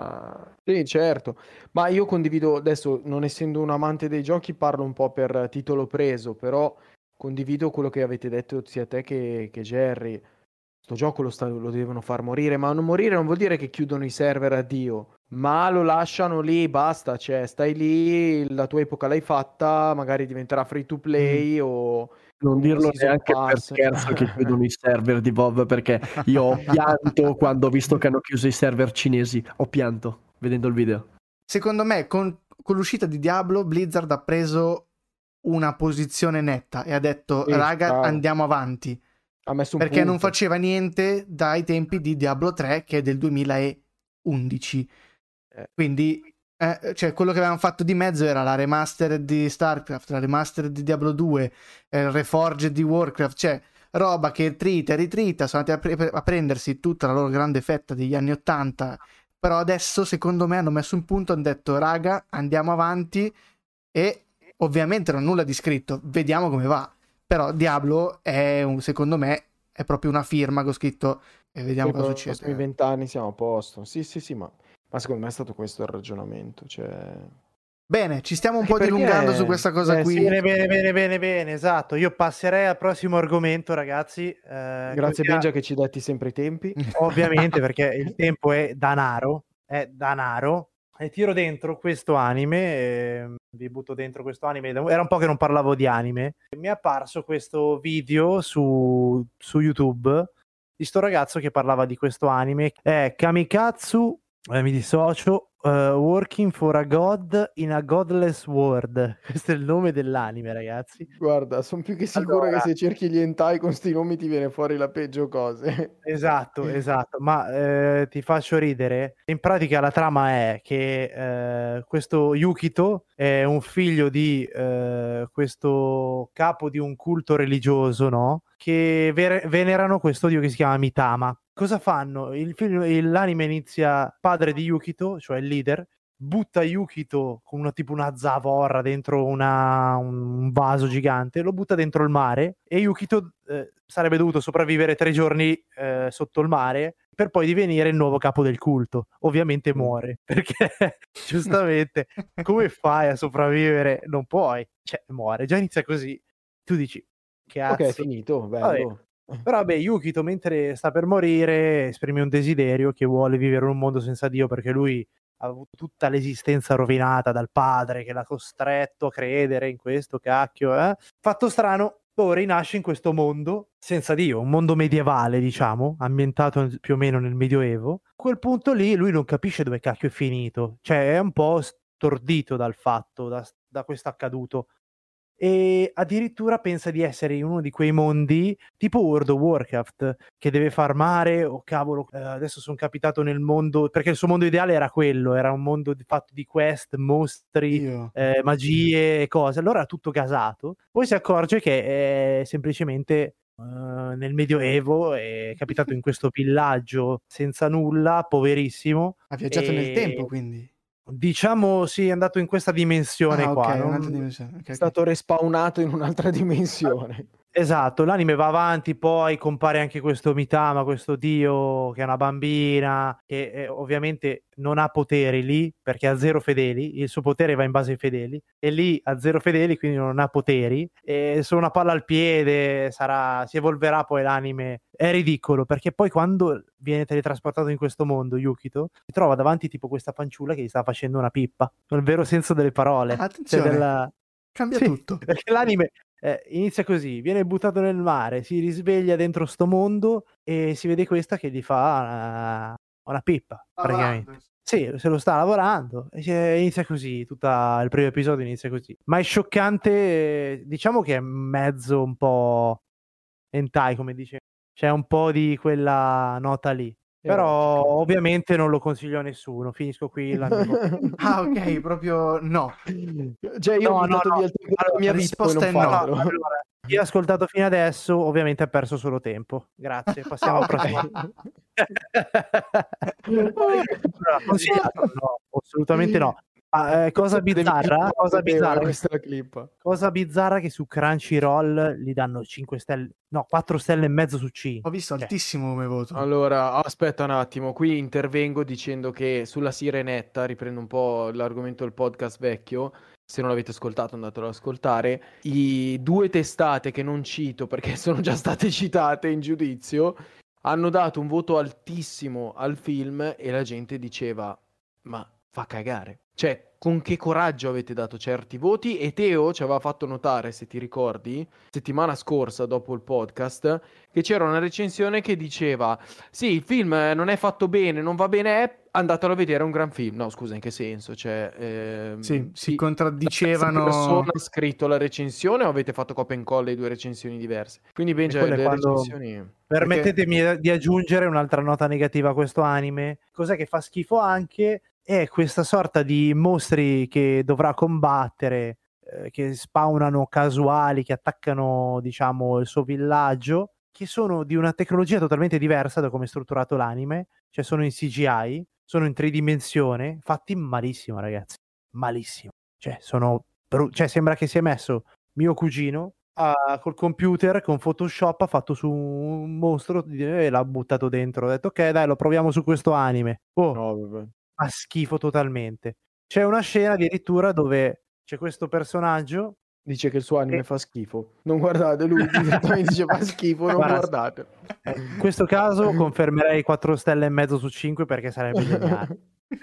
ma Sì, certo. Ma io condivido, adesso non essendo un amante dei giochi, parlo un po' per titolo preso, però condivido quello che avete detto sia te che, che Jerry. Sto gioco lo, sta- lo devono far morire, ma non morire non vuol dire che chiudono i server a Dio, ma lo lasciano lì, basta, cioè stai lì, la tua epoca l'hai fatta, magari diventerà free to play o non un dirlo season neanche per pass. scherzo che chiudono i server di WoW, perché io ho pianto quando ho visto che hanno chiuso i server cinesi, ho pianto vedendo il video. secondo me con, con l'uscita di Diablo Blizzard ha preso una posizione netta e ha detto Sì, raga bravo. andiamo avanti, Ha messo un perché non punto. faceva niente dai tempi di Diablo tre che è del duemilaundici, Eh. quindi eh, cioè quello che avevano fatto di mezzo era la remastered di StarCraft, la remastered di Diablo due, eh, il Reforged di Warcraft, cioè roba che trita e ritrita, sono andati a, pre- a prendersi tutta la loro grande fetta degli anni ottanta, però adesso secondo me hanno messo un punto, hanno detto raga andiamo avanti, e ovviamente non nulla di scritto, vediamo come va, però Diablo è un, secondo me è proprio una firma che ho scritto e vediamo E cosa per i prossimi succede. vent'anni siamo a posto. Sì, sì, sì, ma, ma secondo me è stato questo il ragionamento. Cioè... Bene, ci stiamo un Anche po' dilungando su perché... questa cosa Eh, qui. sì, bene, bene, bene, bene, bene, esatto. Io passerei al prossimo argomento, ragazzi. eh, Grazie così a- Benja che ci datti sempre i tempi. Ovviamente, perché il tempo è danaro, è danaro. E tiro dentro questo anime, eh, vi butto dentro questo anime. Era un po' che non parlavo di anime. Mi è apparso questo video su, su YouTube di sto ragazzo che parlava di questo anime. È Kamikatsu, eh, mi dissocio, uh, Working for a God in a Godless World. Questo è il nome dell'anime, ragazzi. Guarda, sono più che sicuro Allora, che se cerchi gli hentai con sti nomi ti viene fuori la peggio cose. esatto, esatto, ma eh, ti faccio ridere. In pratica la trama è che eh, questo Yukito è un figlio di eh, questo capo di un culto religioso, no? Che ver- venerano questo dio che si chiama Mitama. Cosa fanno? Il film, il- l'anime inizia padre di Yukito, cioè il leader, butta Yukito con una tipo una zavorra dentro una, un vaso gigante, lo butta dentro il mare e Yukito eh, sarebbe dovuto sopravvivere tre giorni eh, sotto il mare per poi divenire il nuovo capo del culto. Ovviamente muore, perché giustamente come fai a sopravvivere? Non puoi, cioè muore, già inizia così. Tu dici, Ok, è cazzo. finito, Vabbè. bello. Però vabbè, Yukito mentre sta per morire esprime un desiderio che vuole vivere in un mondo senza Dio, perché lui ha avuto tutta l'esistenza rovinata dal padre che l'ha costretto a credere in questo cacchio. Eh? Fatto strano, ora rinasce in questo mondo senza Dio, un mondo medievale, diciamo, ambientato più o meno nel Medioevo. A quel punto lì lui non capisce dove cacchio è finito, cioè è un po' stordito dal fatto, da, da questo accaduto. E addirittura pensa di essere in uno di quei mondi tipo World of Warcraft che deve farmare o oh, cavolo eh, adesso sono capitato nel mondo, perché il suo mondo ideale era quello, era un mondo fatto di quest, mostri, eh, magie e cose, allora è tutto gasato, poi si accorge che è semplicemente uh, nel Medioevo, è capitato in questo villaggio senza nulla, poverissimo, Ha viaggiato e... nel tempo, quindi. Diciamo sì, è andato in questa dimensione Ah, ok, qua. un'altra Non... dimensione. Okay, È stato respawnato in un'altra dimensione. Esatto, l'anime va avanti, poi compare anche questo Mitama, questo dio che è una bambina, che eh, ovviamente non ha poteri lì, perché ha zero fedeli, il suo potere va in base ai fedeli, e lì ha zero fedeli, quindi non ha poteri, e solo una palla al piede, sarà, si evolverà poi l'anime. È ridicolo, perché poi quando viene teletrasportato in questo mondo, Yukito, si trova davanti tipo questa fanciulla che gli sta facendo una pippa, nel vero senso delle parole. Ah, attenzione, cioè della... cambia sì, tutto. Perché l'anime... Eh, inizia così, viene buttato nel mare, si risveglia dentro sto mondo e si vede questa che gli fa una, una pippa, praticamente. Sì, se lo sta lavorando e inizia così, tutto il primo episodio inizia così. Ma è scioccante, diciamo che è mezzo un po' hentai, come dice. C'è un po' di quella nota lì. Però Erotica. ovviamente non lo consiglio a nessuno. Finisco qui la mia Ah, ok, proprio no. Cioè io no, ho no, buttato no. via il tempo Allora, della mia la vita, poi non risposta è no. farlo. Allora, chi ha ascoltato fino adesso ovviamente ha perso solo tempo. Grazie, passiamo Ah, al prossimo. Allora, consigliato? No, assolutamente no. Ah, eh, cosa bizzarra, cosa bizzarra, questa clip. cosa bizzarra che su Crunchyroll gli danno cinque stelle, no, quattro stelle e mezzo su cinque. Ho visto Cioè, altissimo come voto. Allora, aspetta un attimo, qui intervengo dicendo che sulla Sirenetta, riprendo un po' l'argomento del podcast vecchio, se non l'avete ascoltato andatelo ad ascoltare, i due testate che non cito perché sono già state citate in giudizio, hanno dato un voto altissimo al film e la gente diceva, ma fa cagare. cioè con che coraggio avete dato certi voti. E Teo ci aveva fatto notare, se ti ricordi, settimana scorsa dopo il podcast, che c'era una recensione che diceva sì, il film non è fatto bene, non va bene, è andatelo a vedere, è un gran film. No, scusa, in che senso? Cioè, ehm, sì, si sì, contraddicevano. la persona ha scritto la recensione o avete fatto copia e incolla le due recensioni diverse? Quindi Benja, le quando... recensioni... Permettetemi Perché... di aggiungere un'altra nota negativa a questo anime. Cos'è che fa schifo anche? È questa sorta di mostri che dovrà combattere, eh, che spawnano casuali, che attaccano, diciamo, il suo villaggio, che sono di una tecnologia totalmente diversa da come è strutturato l'anime. Cioè sono in C G I, sono in tridimensione, fatti malissimo, ragazzi. Malissimo. Cioè, sono bru- cioè sembra che si è messo mio cugino a, col computer con Photoshop, ha fatto su un mostro e l'ha buttato dentro. Ho detto ok, dai, lo proviamo su questo anime. Oh, no, vabbè. Fa schifo totalmente. C'è una scena addirittura dove c'è questo personaggio, dice che il suo anime e... fa schifo. Non guardate, lui direttamente dice fa schifo, non Guarda, guardate. In questo caso confermerei quattro stelle e mezzo su cinque perché sarebbe geniale.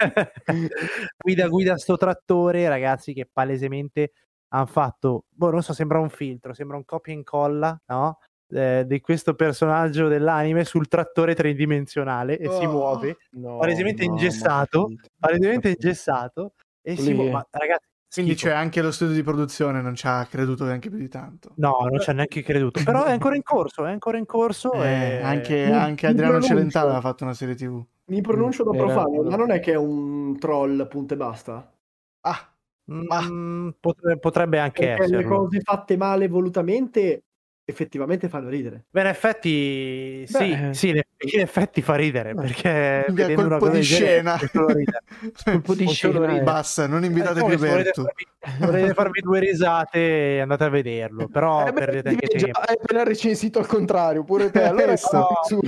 guida guida sto trattore, ragazzi, che palesemente hanno fatto, boh, non so, sembra un filtro, sembra un copia e incolla, no? Eh, di questo personaggio dell'anime sul trattore tridimensionale e oh, si muove, no, palesemente no, ingessato, palesemente ingessato e si muove, ma ragazzi, quindi schifo. c'è anche lo studio di produzione, non ci ha creduto neanche più di tanto. No, non ci ha neanche creduto, però è ancora in corso, è ancora in corso. Eh, e... Anche, mi, anche mi Adriano pronuncio. Celentano aveva fatto una serie tivù. Mi pronuncio da Mm, profano, era... ma non è che è un troll, punto e basta. Ah, mm, potrebbe, potrebbe anche perché esserlo. le cose fatte male volutamente effettivamente fanno ridere. Beh, in effetti sì, Beh, sì, in effetti fa ridere, perché un vedendo una cosa di del scena. genere, colpo di scena è... basta, non invitate eh, più se volete Bertu. farvi, volete farvi due risate, andate a vederlo, però eh beh, perdete anche già, tempo. hai appena recensito al contrario, pure te. Allora no. su...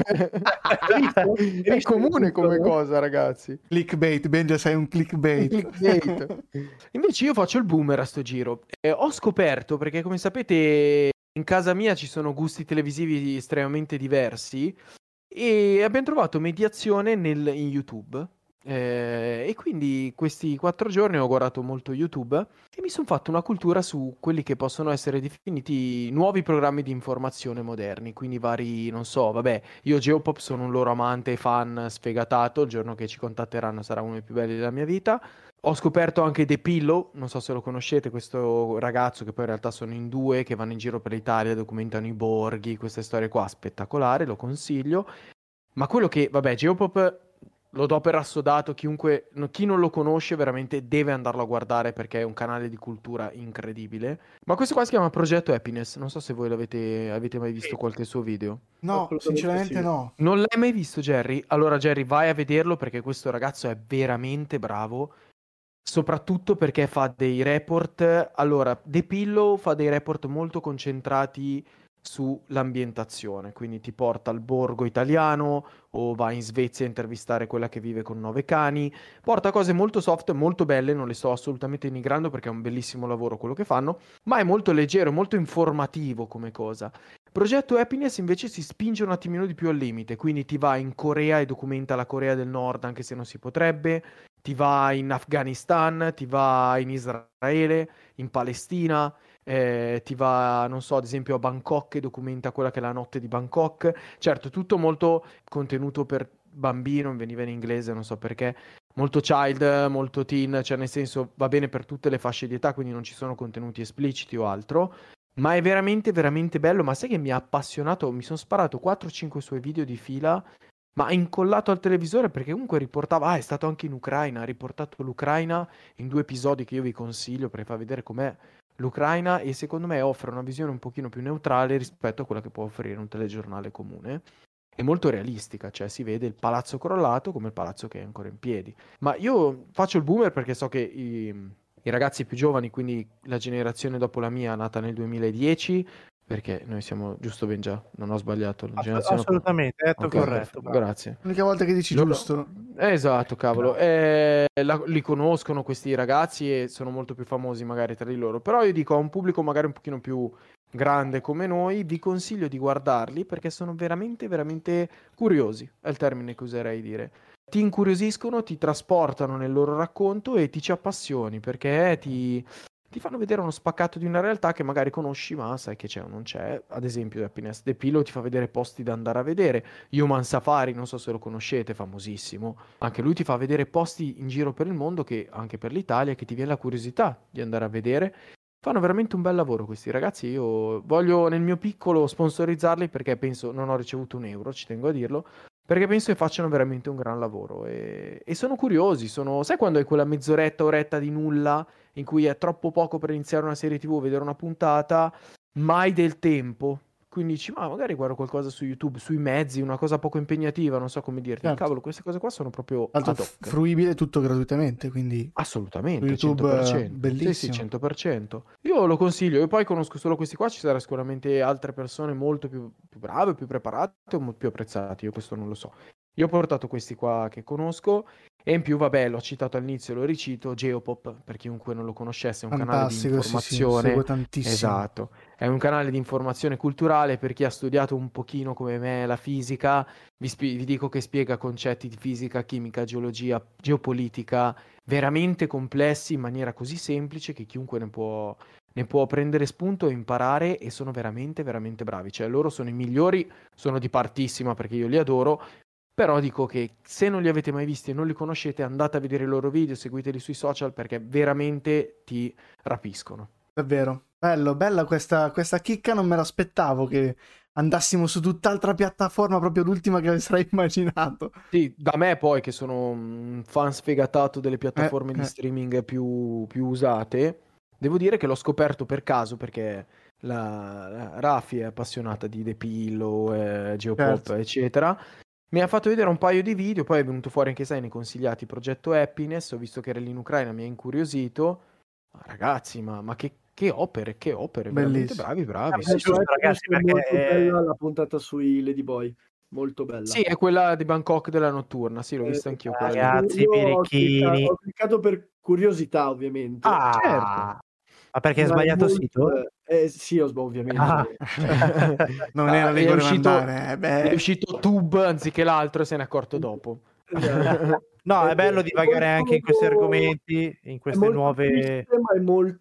è comune come cosa, ragazzi. Clickbait, Benja, sei un clickbait. clickbait. Invece io faccio il boomer a sto giro. Eh, ho scoperto, perché come sapete in casa mia ci sono gusti televisivi estremamente diversi, e abbiamo trovato mediazione nel, in YouTube. Eh, e quindi questi quattro giorni ho guardato molto YouTube e mi sono fatto una cultura su quelli che possono essere definiti nuovi programmi di informazione moderni, quindi vari, non so, vabbè, io Geopop sono un loro amante e fan sfegatato, il giorno che ci contatteranno sarà uno dei più belli della mia vita. Ho scoperto anche The Pillow, non so se lo conoscete, questo ragazzo che poi in realtà sono in due, che vanno in giro per l'Italia, documentano i borghi, queste storie qua, spettacolare, lo consiglio. Ma quello che, vabbè, Geopop lo do per assodato, chiunque, no, chi non lo conosce veramente deve andarlo a guardare perché è un canale di cultura incredibile. Ma questo qua si chiama Progetto Happiness, non so se voi l'avete avete mai visto qualche suo video. No, sinceramente sì. No. Non l'hai mai visto, Jerry? Allora Jerry, vai a vederlo perché questo ragazzo è veramente bravo. Soprattutto perché fa dei report. Allora, The Pillow fa dei report molto concentrati sull'ambientazione, quindi ti porta al borgo italiano o va in Svezia a intervistare quella che vive con nove cani, porta cose molto soft, molto belle, non le sto assolutamente denigrando perché è un bellissimo lavoro quello che fanno, ma è molto leggero, molto informativo come cosa. Progetto Happiness invece si spinge un attimino di più al limite, quindi ti va in Corea e documenta la Corea del Nord anche se non si potrebbe, ti va in Afghanistan, ti va in Israele, in Palestina, eh, ti va, non so, ad esempio a Bangkok e documenta quella che è la notte di Bangkok. Certo, tutto molto contenuto per bambino, veniva in inglese, non so perché, molto child, molto teen, cioè nel senso va bene per tutte le fasce di età, quindi non ci sono contenuti espliciti o altro. Ma è veramente, veramente bello. Ma sai che mi ha appassionato? Mi sono sparato quattro cinque suoi video di fila, ma incollato al televisore perché comunque riportava, ah, è stato anche in Ucraina, ha riportato l'Ucraina in due episodi che io vi consiglio perché fa vedere com'è l'Ucraina e secondo me offre una visione un pochino più neutrale rispetto a quella che può offrire un telegiornale comune. È molto realistica, cioè si vede il palazzo crollato come il palazzo che è ancora in piedi. Ma io faccio il boomer perché so che i, i ragazzi più giovani, quindi la generazione dopo la mia, nata nel duemiladieci, perché noi siamo, giusto Benja, non ho sbagliato. La Ass- assolutamente, hai detto okay, corretto. perfetto, grazie. L'unica volta che dici Loro... giusto. Esatto, cavolo. Eh, la, li conoscono questi ragazzi e sono molto più famosi magari tra di loro. Però io dico a un pubblico magari un pochino più grande come noi, vi consiglio di guardarli perché sono veramente, veramente curiosi, è il termine che userei dire. Ti incuriosiscono, ti trasportano nel loro racconto e ti ci appassioni perché ti, ti fanno vedere uno spaccato di una realtà che magari conosci ma sai che c'è o non c'è. Ad esempio Happiness the Pillow ti fa vedere posti da andare a vedere. Human Safari, non so se lo conoscete, famosissimo, anche lui ti fa vedere posti in giro per il mondo, che anche per l'Italia, che ti viene la curiosità di andare a vedere. Fanno veramente un bel lavoro questi ragazzi. Io voglio nel mio piccolo sponsorizzarli perché penso, non ho ricevuto un euro, ci tengo a dirlo, perché penso che facciano veramente un gran lavoro e, e sono curiosi. Sono, sai quando hai quella mezz'oretta, oretta di nulla in cui è troppo poco per iniziare una serie tivù, vedere una puntata, mai del tempo. Quindi dici, ma magari guardo qualcosa su YouTube, sui mezzi, una cosa poco impegnativa, non so come dirti. Certo. Cavolo, queste cose qua sono proprio Tanto ad hoc. fruibile tutto gratuitamente, quindi Assolutamente, YouTube, cento per cento. bellissimo. Sì, sì, cento per cento. Io lo consiglio. Io poi conosco solo questi qua, ci saranno sicuramente altre persone molto più, più brave, più preparate o mo- più apprezzate. Io questo non lo so. Io ho portato questi qua che conosco e in più, vabbè, l'ho citato all'inizio, lo ricito, Geopop, per chiunque non lo conoscesse, è un canale di Fantastico, sì, sì, informazione. seguo tantissimo. Esatto, è un canale di informazione culturale per chi ha studiato un pochino come me la fisica. Vi, spi- vi dico che spiega concetti di fisica, chimica, geologia, geopolitica, veramente complessi in maniera così semplice che chiunque ne può, ne può prendere spunto e imparare, e sono veramente, veramente bravi. Cioè, loro sono i migliori, sono di partissima perché io li adoro. Però dico che se non li avete mai visti e non li conoscete, andate a vedere i loro video, seguiteli sui social perché veramente ti rapiscono. Davvero. Bello, bella questa, questa chicca, non me l'aspettavo che andassimo su tutt'altra piattaforma, proprio l'ultima che sarei immaginato. Sì, da me poi che sono un fan sfegatato delle piattaforme Eh, di eh. streaming più, più usate, devo dire che l'ho scoperto per caso perché la, la Rafi è appassionata di The Pillow, eh, Geopop, Certo. eccetera. Mi ha fatto vedere un paio di video, poi è venuto fuori anche, sai, nei consigliati Progetto Happiness, ho visto che era lì in Ucraina, mi ha incuriosito. Ma ragazzi, ma, ma che, che opere, che opere, veramente Bellissimo. bravi, bravi. Ah, Sì, giusto, sì. ragazzi, è perché molto è- bella la puntata sui Ladyboy, molto bella. Sì, è quella di Bangkok della notturna, sì, l'ho vista Eh, anch'io quella lì. ragazzi, Io ho birichini. cliccato, ho cliccato per curiosità, ovviamente. Ah, Certo. ma perché hai Ma è sbagliato molto sito? be- Eh, sì, ho sbagliato, ovviamente. Ah. Non Ah, era lì è che uscito, andare, eh, beh. è uscito Tube anziché l'altro e se ne è accorto dopo. Esatto. No, è Eh, bello divagare molto- anche in questi molto- argomenti, in È queste molto nuove... triste, ma è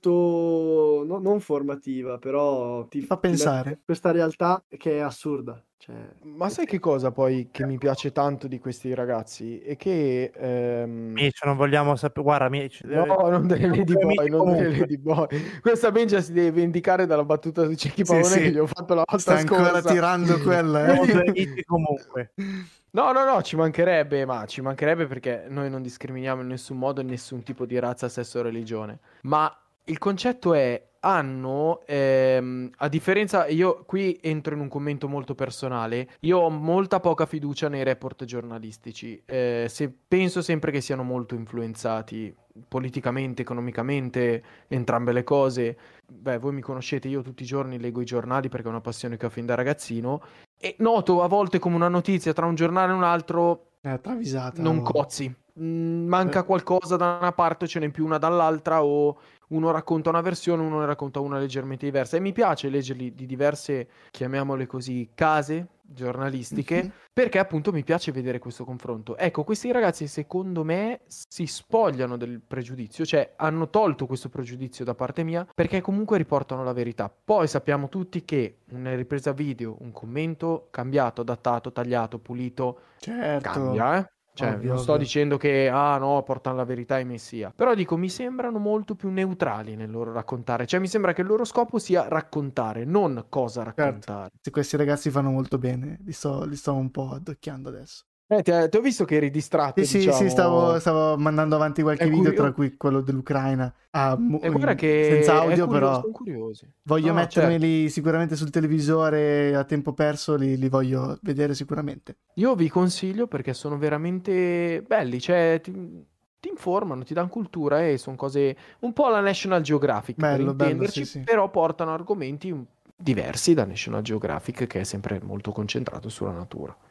molto no- non formativa, però ti Fa ti mette pensare. in questa realtà che è assurda. Cioè, Ma sai che cosa poi che mi piace tanto di questi ragazzi? È che... ehm, Amici, non vogliamo sapere... Guarda, amici... No, non delle siamo Lady tuoi Boy, amici non delle comunque. Lady Boy. Questa Benja si deve vendicare dalla battuta su Cecchi Sì, Pavone sì. che gli ho fatto la volta Sta ancora scorsa. tirando quella, Siamo eh. due amici comunque. No, no, no, ci mancherebbe, ma ci mancherebbe perché noi non discriminiamo in nessun modo nessun tipo di razza, sesso o religione. Ma il concetto è, hanno, ehm, a differenza, io qui entro in un commento molto personale, io ho molta poca fiducia nei report giornalistici, eh, se, penso sempre che siano molto influenzati politicamente, economicamente, entrambe le cose. Beh, voi mi conoscete, io tutti i giorni leggo i giornali perché è una passione che ho fin da ragazzino e noto a volte come una notizia tra un giornale e un altro È travisata. non oh. cozzi. Mm, manca Eh. qualcosa da una parte, ce n'è in più una dall'altra, o uno racconta una versione, uno ne racconta una leggermente diversa. E mi piace leggerli di diverse, chiamiamole così, case giornalistiche, Mhm. perché appunto mi piace vedere questo confronto. Ecco, questi ragazzi secondo me si spogliano del pregiudizio, cioè hanno tolto questo pregiudizio da parte mia, perché comunque riportano la verità. Poi sappiamo tutti che una ripresa video, un commento cambiato, adattato, tagliato, pulito, Certo. cambia, eh? Cioè, Ovvio, non sto ovvio. dicendo che, ah no, portano la verità e messia. Però dico, mi sembrano molto più neutrali nel loro raccontare. Cioè, mi sembra che il loro scopo sia raccontare, non cosa raccontare. Se questi ragazzi fanno molto bene, li sto, li sto un po' addocchiando adesso. Eh, ti, ti ho visto che eri distratto, Sì, sì, diciamo. sì, stavo, stavo mandando avanti qualche È video, curio- tra cui quello dell'Ucraina, a mu- E guarda in- che senza è audio, curioso, però sono curiosi. voglio No, mettermeli sicuramente sul televisore a tempo perso, li, li voglio vedere sicuramente. Io vi consiglio perché sono veramente belli, cioè ti, ti informano, ti danno cultura e sono cose un po' alla National Geographic per Bello, bello, intenderci, sì, sì. però portano argomenti un- diversi da National Geographic che è sempre molto concentrato sulla natura.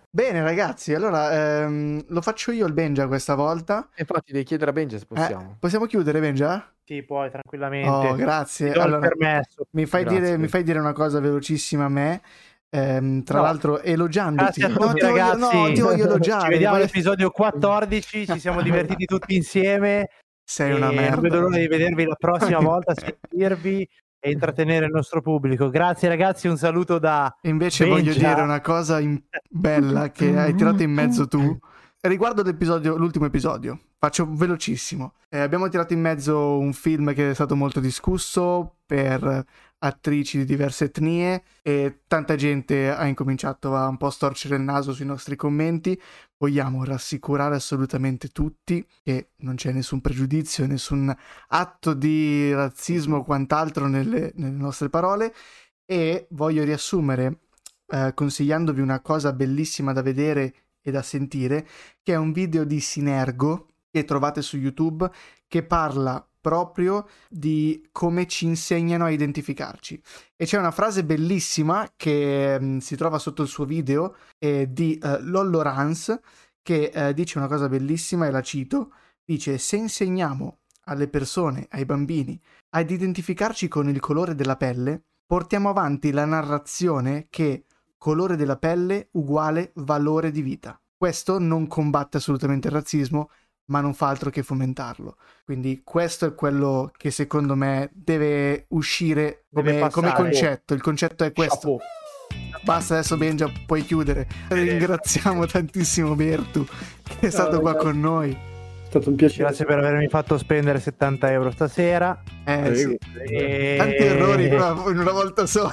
Bene ragazzi, allora ehm, lo faccio io il Benja questa volta. Infatti devi chiedere a Benja se possiamo. Eh, possiamo chiudere Benja? Sì, puoi tranquillamente. Oh, grazie. Ti do il Allora, permesso. mi fai, Grazie. dire, mi fai dire una cosa velocissima a me, ehm, tra No. l'altro elogiandoti. Grazie a No, tutti ti voglio, ragazzi. no, ti voglio elogiare. Ci vediamo voglio- all'episodio quattordici, ci siamo divertiti tutti insieme. Sei e una merda. Non vedo l'ora di vedervi la prossima volta, sentirvi e intrattenere il nostro pubblico. Grazie ragazzi, un saluto da E invece Benja. voglio dire una cosa in- bella che hai tirato in mezzo tu. Riguardo l'episodio, l'ultimo episodio, faccio velocissimo. Eh, abbiamo tirato in mezzo un film che è stato molto discusso per attrici di diverse etnie e tanta gente ha incominciato a un po' storcere il naso sui nostri commenti. Vogliamo rassicurare assolutamente tutti che non c'è nessun pregiudizio, nessun atto di razzismo o quant'altro nelle, nelle nostre parole, e voglio riassumere eh, consigliandovi una cosa bellissima da vedere e da sentire, che è un video di Sinergo che trovate su YouTube, che parla proprio di come ci insegnano a identificarci. E c'è una frase bellissima che mh, si trova sotto il suo video eh, di uh, Lollo Rans, che eh, dice una cosa bellissima e la cito. Dice: se insegniamo alle persone, ai bambini, ad identificarci con il colore della pelle, portiamo avanti la narrazione che colore della pelle uguale valore di vita. Questo non combatte assolutamente il razzismo, ma non fa altro che fomentarlo. Quindi questo è quello che secondo me deve uscire come, Deve come passare. concetto. Il concetto è questo. Chapeau. Basta, adesso Benja, puoi chiudere. Ringraziamo tantissimo Bertu, che è stato Ciao, qua ciao. con noi. È stato un piacere. Grazie per avermi fatto spendere settanta euro stasera. Eh, sì. E... Tanti errori in una, in una volta sola.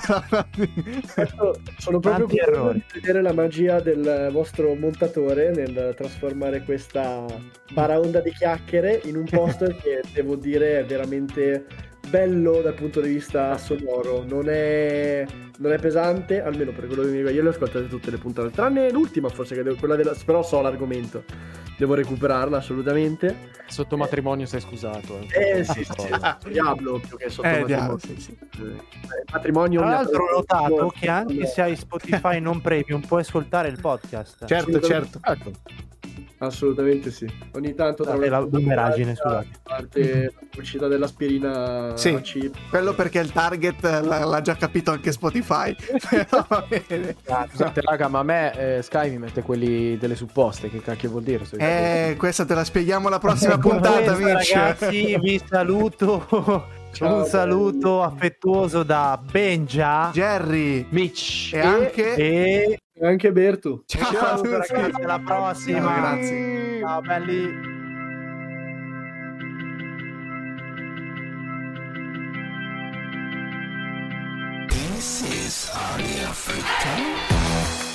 Questo- sono proprio Tanti curioso errori. di vedere la magia del vostro montatore nel trasformare questa baraonda di chiacchiere in un posto che devo dire è veramente bello dal punto di vista sonoro. Non è, non è pesante, almeno per quello che mi riguarda. Io le ho ascoltate tutte le puntate, tranne l'ultima forse, che devo, quella della, però so l'argomento. Devo recuperarla assolutamente. Sotto matrimonio sei scusato. eh. Eh sì, sì, sì. Diablo più che sotto Eh, matrimonio. diavolo, sì, sì. Eh, matrimonio Tra mi ha l'altro ho preso- notato che anche se hai Spotify non premium puoi ascoltare il podcast. Certo, certo. Ecco. Assolutamente sì. Ogni tanto tra Scusate, la bumeragine, scusate. parte la pubblicità dell'aspirina Sì. a chip. Quello perché il target l'ha, l'ha già capito anche Spotify. Però va bene. Scusate raga, ma a me eh, Sky mi mette quelli delle supposte. Che cacchio vuol dire? Sto Eh, questa te la spieghiamo la prossima Con puntata, questo, Mitch. ragazzi, vi saluto. Ciao, un saluto belli. affettuoso da Benja Jerry Mitch. e anche... e E anche Bertu. Ciao, un saluto, a tutti. ragazzi, alla prossima. Ciao, grazie. Ciao belli. This is Audio Freak Time.